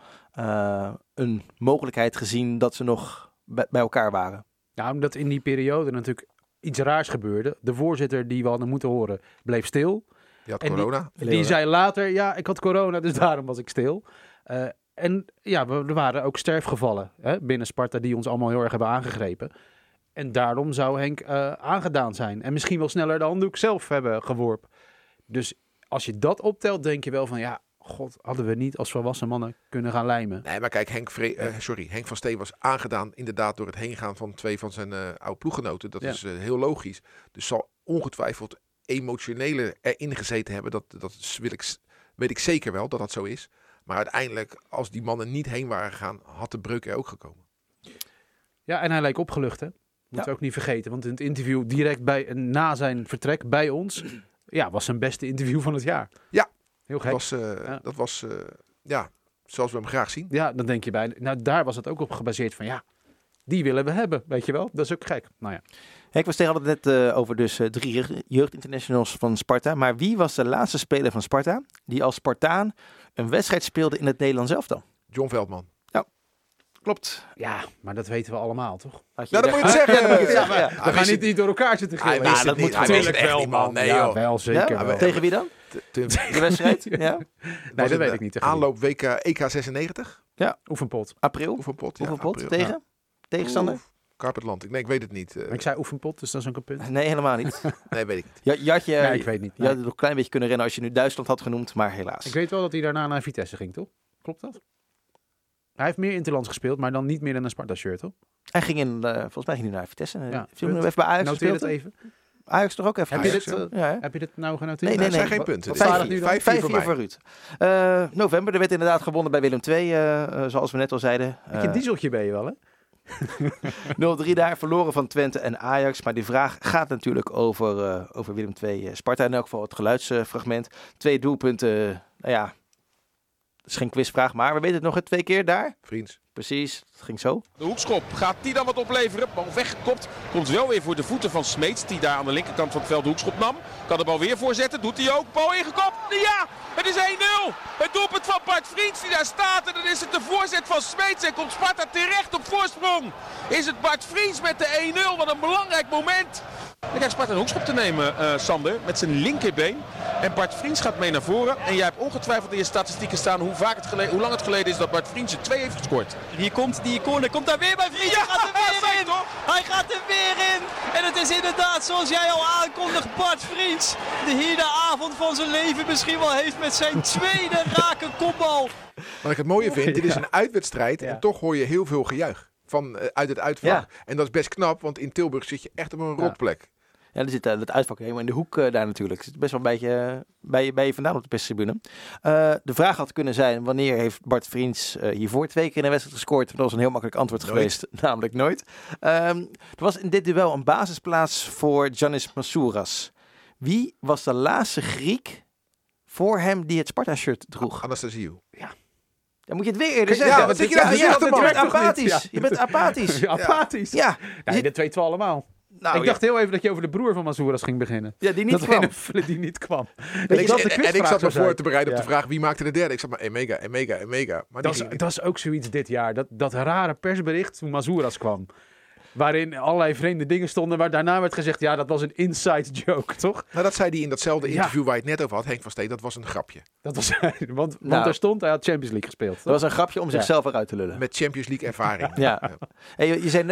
S2: een mogelijkheid gezien dat ze nog bij elkaar waren.
S4: Ja, omdat in die periode natuurlijk iets raars gebeurde. De voorzitter die we hadden moeten horen bleef stil.
S3: Je had corona.
S4: Die zei later, ja, ik had corona, dus daarom was ik stil. En ja, er waren ook sterfgevallen binnen Sparta die ons allemaal heel erg hebben aangegrepen. En daarom zou Henk aangedaan zijn. En misschien wel sneller de handdoek zelf hebben geworpen. Dus als je dat optelt, denk je wel van ja, god, hadden we niet als volwassen mannen kunnen gaan lijmen.
S3: Nee, maar kijk, Henk van Steen was aangedaan inderdaad door het heengaan van 2 van zijn oude ploeggenoten. Dat is heel logisch. Dus zal ongetwijfeld emotionele erin gezeten hebben. Dat weet ik zeker wel dat dat zo is. Maar uiteindelijk, als die mannen niet heen waren gegaan, had de breuk er ook gekomen.
S4: Ja, en hij leek opgelucht, hè? Moeten we ook niet vergeten. Want in het interview direct na zijn vertrek bij ons, was zijn beste interview van het jaar.
S3: Ja,
S4: heel gek.
S3: Dat was zoals we hem graag zien.
S4: Ja, dan denk je bij. Nou, daar was het ook op gebaseerd van ja, die willen we hebben, weet je wel? Dat is ook gek. Nou ja.
S2: Henk, we hadden het net over dus 3 jeugdinternationals van Sparta. Maar wie was de laatste speler van Sparta die als Spartaan een wedstrijd speelde in het Nederlands elftal?
S3: John Veldman.
S2: Ja, klopt.
S4: Ja, maar dat weten we allemaal, toch?
S3: Dat moet je het zeggen.
S4: We gaan niet door elkaar zitten gillen.
S3: Dat moet natuurlijk wel, man. Nee,
S4: ja, wel, zeker wel.
S2: Tegen wie dan? De wedstrijd? Ja.
S4: Nee, dat weet ik niet.
S3: Aanloop WK EK 96.
S2: Ja.
S4: Oefenpot.
S2: April.
S3: Oefenpot
S2: Tegen? Ja. Tegenstander?
S3: Carpetland. Nee, ik weet het niet.
S4: Ik zei oefenpot, dus dat is ook een punt.
S2: Nee, helemaal niet.
S3: Nee, weet ik niet.
S2: Ik
S4: weet niet.
S2: Je had nog een klein beetje kunnen rennen als je nu Duitsland had genoemd, maar helaas.
S4: Ik weet wel dat hij daarna naar Vitesse ging, toch? Klopt dat? Hij heeft meer interlands gespeeld, maar dan niet meer in een Sparta-shirt, toch?
S2: Hij ging volgens mij ging hij naar Vitesse.
S4: Ja,
S2: even bij Ajax
S4: noteer
S2: gespeeld.
S4: Het even.
S2: Ajax toch ook even.
S4: Heb je dit nou genoteerd?
S3: Nee. Dat zijn geen punten.
S2: 5-4 voor Ruud. November, er werd inderdaad gewonnen bij Willem II, zoals we net al zeiden.
S4: Een dieseltje ben je wel, hè?
S2: 0-3 daar, verloren van Twente en Ajax. Maar die vraag gaat natuurlijk over Willem II. Sparta in elk geval het geluidsfragment. 2 doelpunten, dat is geen quizvraag, maar we weten het nog 2 keer daar.
S3: Vriends.
S2: Precies, het ging zo.
S5: De hoekschop, gaat die dan wat opleveren? Bal weggekopt, komt wel weer voor de voeten van Smeets, die daar aan de linkerkant van het veld de hoekschop nam. Kan de bal weer voorzetten, doet hij ook. Bal ingekopt, ja, het is 1-0. Het doelpunt van Bart Vriends die daar staat en dan is het de voorzet van Smeets en komt Sparta terecht op voorsprong. Is het Bart Vriends met de 1-0, wat een belangrijk moment. Dan krijgt Sparta een hoekschop te nemen, Sander, met zijn linkerbeen. En Bart Vriends gaat mee naar voren. En jij hebt ongetwijfeld in je statistieken staan hoe lang het geleden is dat Bart Vriends er 2 heeft gescoord.
S15: Hier komt die corner, komt daar weer bij Vriends.
S5: Ja,
S15: hij gaat er weer in.
S5: Toch?
S15: Hij gaat er weer in. En het is inderdaad, zoals jij al aankondigt, Bart Vriends. Die hier de avond van zijn leven misschien wel heeft met zijn tweede rake kopbal.
S3: Wat ik het mooie vind, dit is een uitwedstrijd en toch hoor je heel veel gejuich uit het uitvak. Ja. En dat is best knap, want in Tilburg zit je echt op een rotplek.
S2: Ja, er zit het uitvak helemaal in de hoek daar natuurlijk. Het zit best wel een beetje bij je vandaan op de perstribune. De vraag had kunnen zijn, wanneer heeft Bart Vriends hiervoor 2 keer in een wedstrijd gescoord? Dat was een heel makkelijk antwoord geweest, namelijk nooit. Er was in dit duel een basisplaats voor Giannis Masouras. Wie was de laatste Griek voor hem die het Sparta-shirt droeg?
S3: Anastasiou.
S2: Ja. Dan moet je het weer eerder zeggen.
S3: Ja, wat zit je nou te zeggen,
S2: je bent apathisch. Je bent apathisch.
S4: Apathisch?
S2: Ja.
S4: Nee, dat weten we allemaal.
S2: Nou,
S4: ik dacht heel even dat je over de broer van Masouras ging beginnen.
S2: Ja, die niet kwam.
S4: Die niet kwam.
S3: En ik zat me voor te bereiden op de vraag wie maakte de derde. Ik zat maar Emega. Maar
S4: dat is ook zoiets dit jaar. Dat rare persbericht toen Masouras kwam. Waarin allerlei vreemde dingen stonden. Waar daarna werd gezegd, ja, dat was een inside joke, toch?
S3: Nou, dat zei hij in datzelfde interview waar je het net over had. Henk van Steen, dat was een grapje.
S4: Dat was, want er stond, hij had Champions League gespeeld. Toch?
S2: Dat was een grapje om zichzelf eruit te lullen.
S3: Met Champions League ervaring.
S2: Ja. Hey, je zei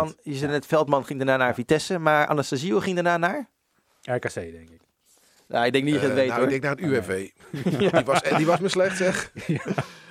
S2: net Veldman ging daarna naar Vitesse. Maar Anastasiou ging daarna naar?
S4: RKC, denk ik.
S2: Nou, ik denk niet dat je het weet, hoor.
S3: Ik denk naar het UWV. Die was me slecht, zeg.
S4: Ja.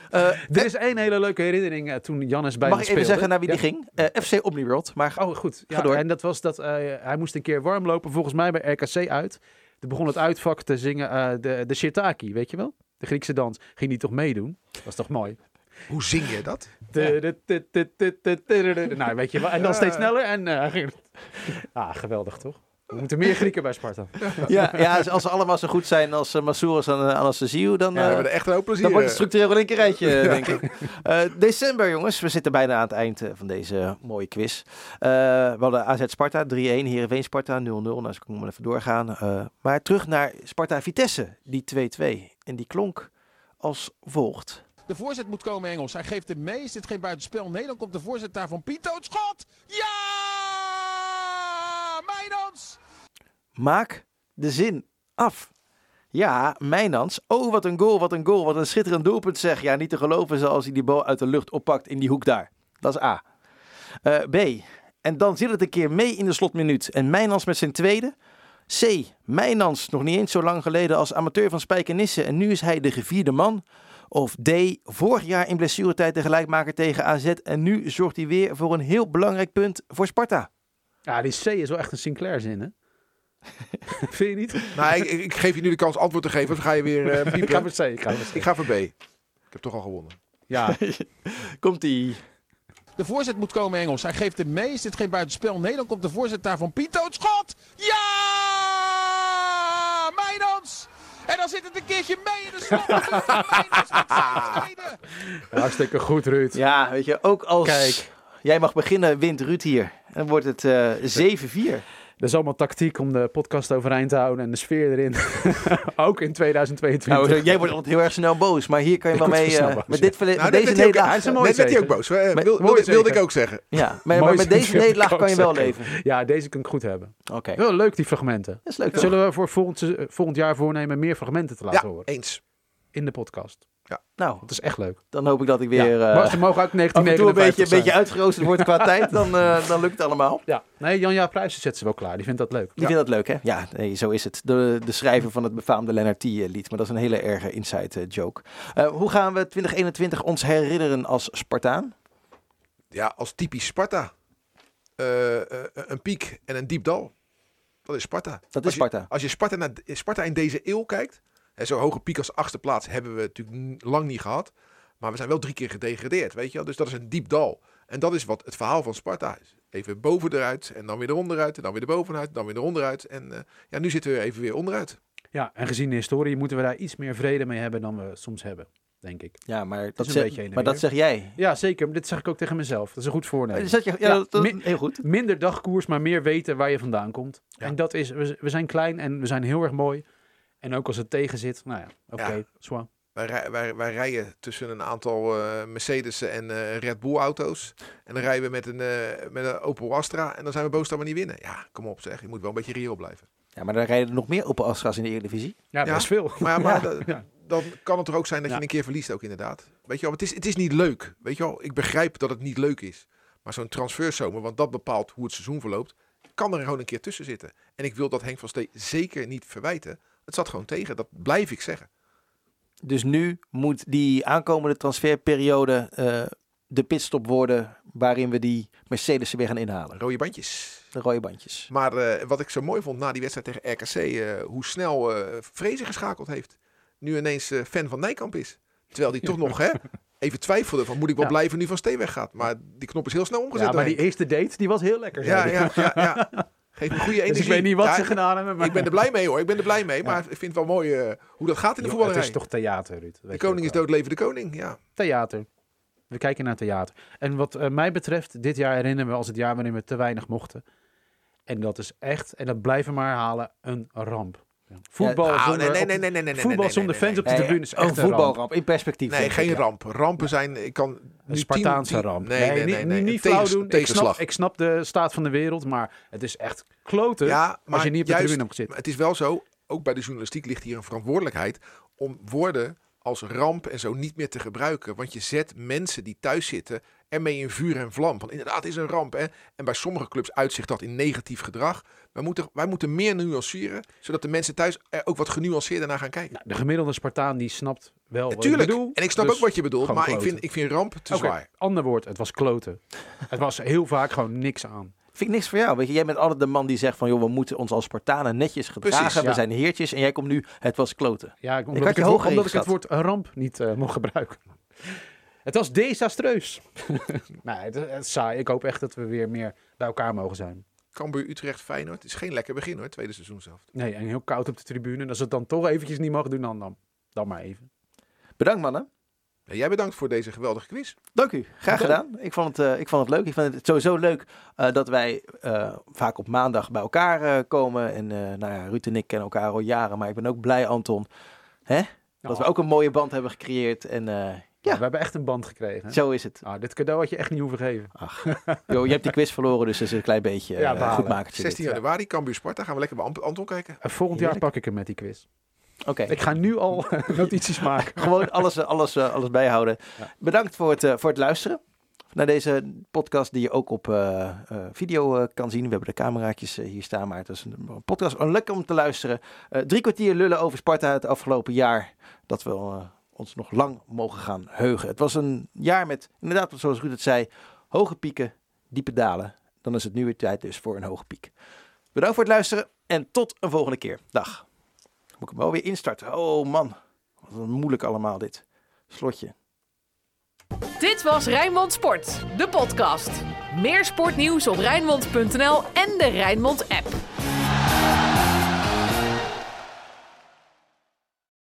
S4: Er is 1 hele leuke herinnering toen Giannis bij
S2: Mag
S4: me
S2: ik even
S4: speelde.
S2: zeggen naar wie die ging? FC Omniworld. Maar
S4: goed.
S2: Ga door.
S4: En dat was dat hij moest een keer warm lopen, volgens mij bij RKC uit. Toen begon het uitvak te zingen de Shirtaki, weet je wel? De Griekse dans. Ging die toch meedoen? Dat was toch mooi?
S3: Hoe zing je dat?
S4: Nou, weet je wel. En dan steeds sneller. En geweldig, toch? We moeten meer Grieken bij Sparta.
S2: Ja, als ze allemaal zo goed zijn als Masouras en Anastasiou, dan
S3: we hebben er echt een hoop plezier.
S2: Dan wordt het structureel een rijtje, denk ik. December, jongens. We zitten bijna aan het eind van deze mooie quiz. We hadden AZ Sparta 3-1, Heerenveen Sparta 0-0. Nou, dus ik kan maar even doorgaan. Maar terug naar Sparta Vitesse, die 2-2. En die klonk als volgt.
S5: De voorzet moet komen, Engels. Hij geeft hem mee. Is dit geen buitenspel? Nee, dan komt de voorzet daar van Pito. Het schot! Ja! Mijnans!
S2: Maak de zin af. Ja, Mijnans. Oh, wat een goal, wat een goal. Wat een schitterend doelpunt zeg. Ja, niet te geloven zoals hij die bal uit de lucht oppakt in die hoek daar. Dat is A. B. En dan zit het een keer mee in de slotminuut. En Mijnans met zijn tweede. C. Mijnans, nog niet eens zo lang geleden als amateur van Spijkenisse. En nu is hij de gevierde man. Of D. Vorig jaar in blessuretijd de gelijkmaker tegen AZ. En nu zorgt hij weer voor een heel belangrijk punt voor Sparta.
S4: Ja, die C is wel echt een Sinclair zin, hè? Vind je niet?
S3: Nou, ik geef je nu de kans antwoord te geven. Of ga je weer piepen?
S4: Ik ga voor C.
S3: Ik ga voor B. Ik heb toch al gewonnen.
S4: Ja.
S2: Komt-ie.
S5: De voorzet moet komen, Engels. Hij geeft hem mee. Is dit geen buitenspel? Nee, dan komt de voorzet daar van Pito. Het schot! Ja! Mijnans! En dan zit het een keertje mee in de slot.
S4: Hartstikke goed, Ruud.
S2: Ja, weet je, ook als
S4: Kijk.
S2: Jij mag beginnen, wint Ruud hier. En wordt het 7-4.
S4: Dat is allemaal tactiek om de podcast overeind te houden en de sfeer erin. Ook in 2022.
S2: Nou, jij wordt altijd heel erg snel boos, maar hier kan je wel mee... met dit deze
S3: nederlaag.
S2: nederlaag...
S3: Net werd hij ook boos. Wilde ik ook zeggen.
S2: Ja, maar met deze nederlaag kan je wel leven.
S4: Ja, deze kan ik goed hebben.
S2: Oké.
S4: Wel leuk, die fragmenten.
S2: Dat is leuk.
S4: Zullen we voor volgend jaar voornemen meer fragmenten te laten horen?
S3: Eens.
S4: In de podcast.
S3: Ja.
S2: Nou,
S4: dat is echt leuk.
S2: Dan hoop ik dat ik weer...
S4: maar ze mogen ook 1959
S2: een beetje uitgeroosterd wordt qua tijd, dan lukt het allemaal.
S4: Ja. Nee, Jan-Jaap Pruijsen zet ze wel klaar. Die vindt dat leuk.
S2: Die vindt dat leuk, hè? Ja, nee, zo is het. De schrijver van het befaamde Lennart lied. Maar dat is een hele erge inside joke. Hoe gaan we 2021 ons herinneren als Spartaan?
S3: Ja, als typisch Sparta. Een piek en een diep dal. Dat is Sparta.
S2: Dat is Sparta.
S3: Als je Sparta in deze eeuw kijkt... En zo'n hoge piek als 8e plaats hebben we natuurlijk lang niet gehad. Maar we zijn wel 3 keer gedegradeerd, weet je wel. Dus dat is een diep dal. En dat is wat het verhaal van Sparta is. Even boven eruit en dan weer eronderuit. En dan weer erbovenuit, dan weer eronderuit. En nu zitten we even weer onderuit.
S4: Ja, en gezien de historie moeten we daar iets meer vrede mee hebben dan we soms hebben, denk ik.
S2: Ja, maar
S4: dat
S2: zeg jij.
S4: Ja, zeker. Maar dit zeg ik ook tegen mezelf. Dat is een goed voornemen.
S2: Heel goed.
S4: Minder dagkoers, maar meer weten waar je vandaan komt. Ja. En dat is, we zijn klein en we zijn heel erg mooi. En ook als het tegen zit, nou ja, oké, zwaar.
S3: Wij rijden tussen een aantal Mercedes en Red Bull auto's. En dan rijden we met een Opel Astra. En dan zijn we boos dat we niet winnen. Ja, kom op zeg. Je moet wel een beetje reëel blijven.
S2: Ja, maar dan rijden er nog meer Opel Astra's in de Eredivisie.
S4: Ja, dat is veel.
S3: Maar dan kan het toch ook zijn dat je een keer verliest ook inderdaad. Weet je wel, het is niet leuk. Weet je wel, ik begrijp dat het niet leuk is. Maar zo'n transferzomer, want dat bepaalt hoe het seizoen verloopt, kan er gewoon een keer tussen zitten. En ik wil dat Henk van Stee zeker niet verwijten. Het zat gewoon tegen, dat blijf ik zeggen.
S2: Dus nu moet die aankomende transferperiode de pitstop worden waarin we die Mercedes weer gaan inhalen.
S3: Rode bandjes.
S2: De rode bandjes.
S3: Maar wat ik zo mooi vond na die wedstrijd tegen RKC, hoe snel Vrezen geschakeld heeft. Nu ineens fan van Nijkamp is. Terwijl die toch nog even twijfelde van moet ik wel blijven nu Van Stee weggaat. Maar die knop is heel snel omgezet.
S4: Ja, maar die eerste date die was heel lekker.
S3: Ja. Geef me goede energie.
S4: Dus ik weet niet wat ze gedaan hebben. Maar...
S3: Ik ben er blij mee hoor. Ik ben er blij mee. Maar ik vind het wel mooi hoe dat gaat in de voetballerij.
S4: Het is toch theater, Ruud.
S3: De koning is dood, leven de koning. Ja.
S4: Theater. We kijken naar theater. En wat mij betreft, dit jaar herinneren we als het jaar waarin we te weinig mochten. En dat is echt, en dat blijven we maar herhalen, een ramp. Voetbal zonder fans op de tribune is echt een
S2: voetbalramp in perspectief.
S3: Nee, geen ramp. Rampen zijn...
S4: een Spartaanse ramp. Nee, niet flauw doen. Ik snap de staat van de wereld, maar het is echt kloten als je niet op de tribune hebt gezeten.
S3: Het is wel zo, ook bij de journalistiek ligt hier een verantwoordelijkheid om woorden als ramp en zo niet meer te gebruiken. Want je zet mensen die thuis zitten ermee in vuur en vlam. Van inderdaad, het is een ramp. Hè? En bij sommige clubs uitzicht dat in negatief gedrag. Wij moeten meer nuanceren, zodat de mensen thuis er ook wat genuanceerder naar gaan kijken.
S4: Nou, de gemiddelde Spartaan die snapt wel wat ik bedoel.
S3: En ik snap ook wat je bedoelt, maar ik vind ramp te zwaar.
S4: Ander woord, het was kloten. Het was heel vaak gewoon niks aan.
S2: Vind ik niks voor jou. Weet je, jij bent altijd de man die zegt van joh, we moeten ons als Spartanen netjes gedragen. Precies, we zijn heertjes en jij komt nu, het was kloten.
S4: Ja, omdat ik het woord ramp niet mocht gebruiken. Het was desastreus. Nee, het is saai. Ik hoop echt dat we weer meer bij elkaar mogen zijn.
S3: Cambuur, Utrecht, Feyenoord. Het is geen lekker begin hoor, tweede seizoen zelf.
S4: Nee, en heel koud op de tribune. En als het dan toch eventjes niet mag doen, dan maar even.
S2: Bedankt mannen.
S3: Ja, jij bedankt voor deze geweldige quiz.
S2: Dank u, graag gedaan. Ik vond het leuk. Ik vind het sowieso leuk dat wij vaak op maandag bij elkaar komen. En Ruud en ik kennen elkaar al jaren. Maar ik ben ook blij, Anton, dat we ook een mooie band hebben gecreëerd. En
S4: we hebben echt een band gekregen.
S2: Zo is het.
S4: Dit cadeau had je echt niet hoeven geven.
S2: Ach, joh, je hebt die quiz verloren, dus dat is een klein beetje goedmakertje.
S3: 16 januari, Cambuur Sparta. Gaan we lekker bij Anton kijken.
S4: Volgend jaar pak ik hem met die quiz.
S2: Oké.
S4: Ik ga nu al notities maken.
S2: Gewoon alles bijhouden. Ja. Bedankt voor het luisteren naar deze podcast die je ook op video kan zien. We hebben de cameraatjes hier staan, maar het is een podcast lekker om te luisteren. 3 kwartier lullen over Sparta het afgelopen jaar. Dat we ons nog lang mogen gaan heugen. Het was een jaar met, inderdaad, zoals Ruud het zei, hoge pieken, diepe dalen. Dan is het nu weer tijd dus voor een hoge piek. Bedankt voor het luisteren en tot een volgende keer. Dag. Moet ik hem wel weer instarten. Oh man, wat moeilijk allemaal dit. Slotje.
S1: Dit was Rijnmond Sport, de podcast. Meer sportnieuws op Rijnmond.nl en de Rijnmond app.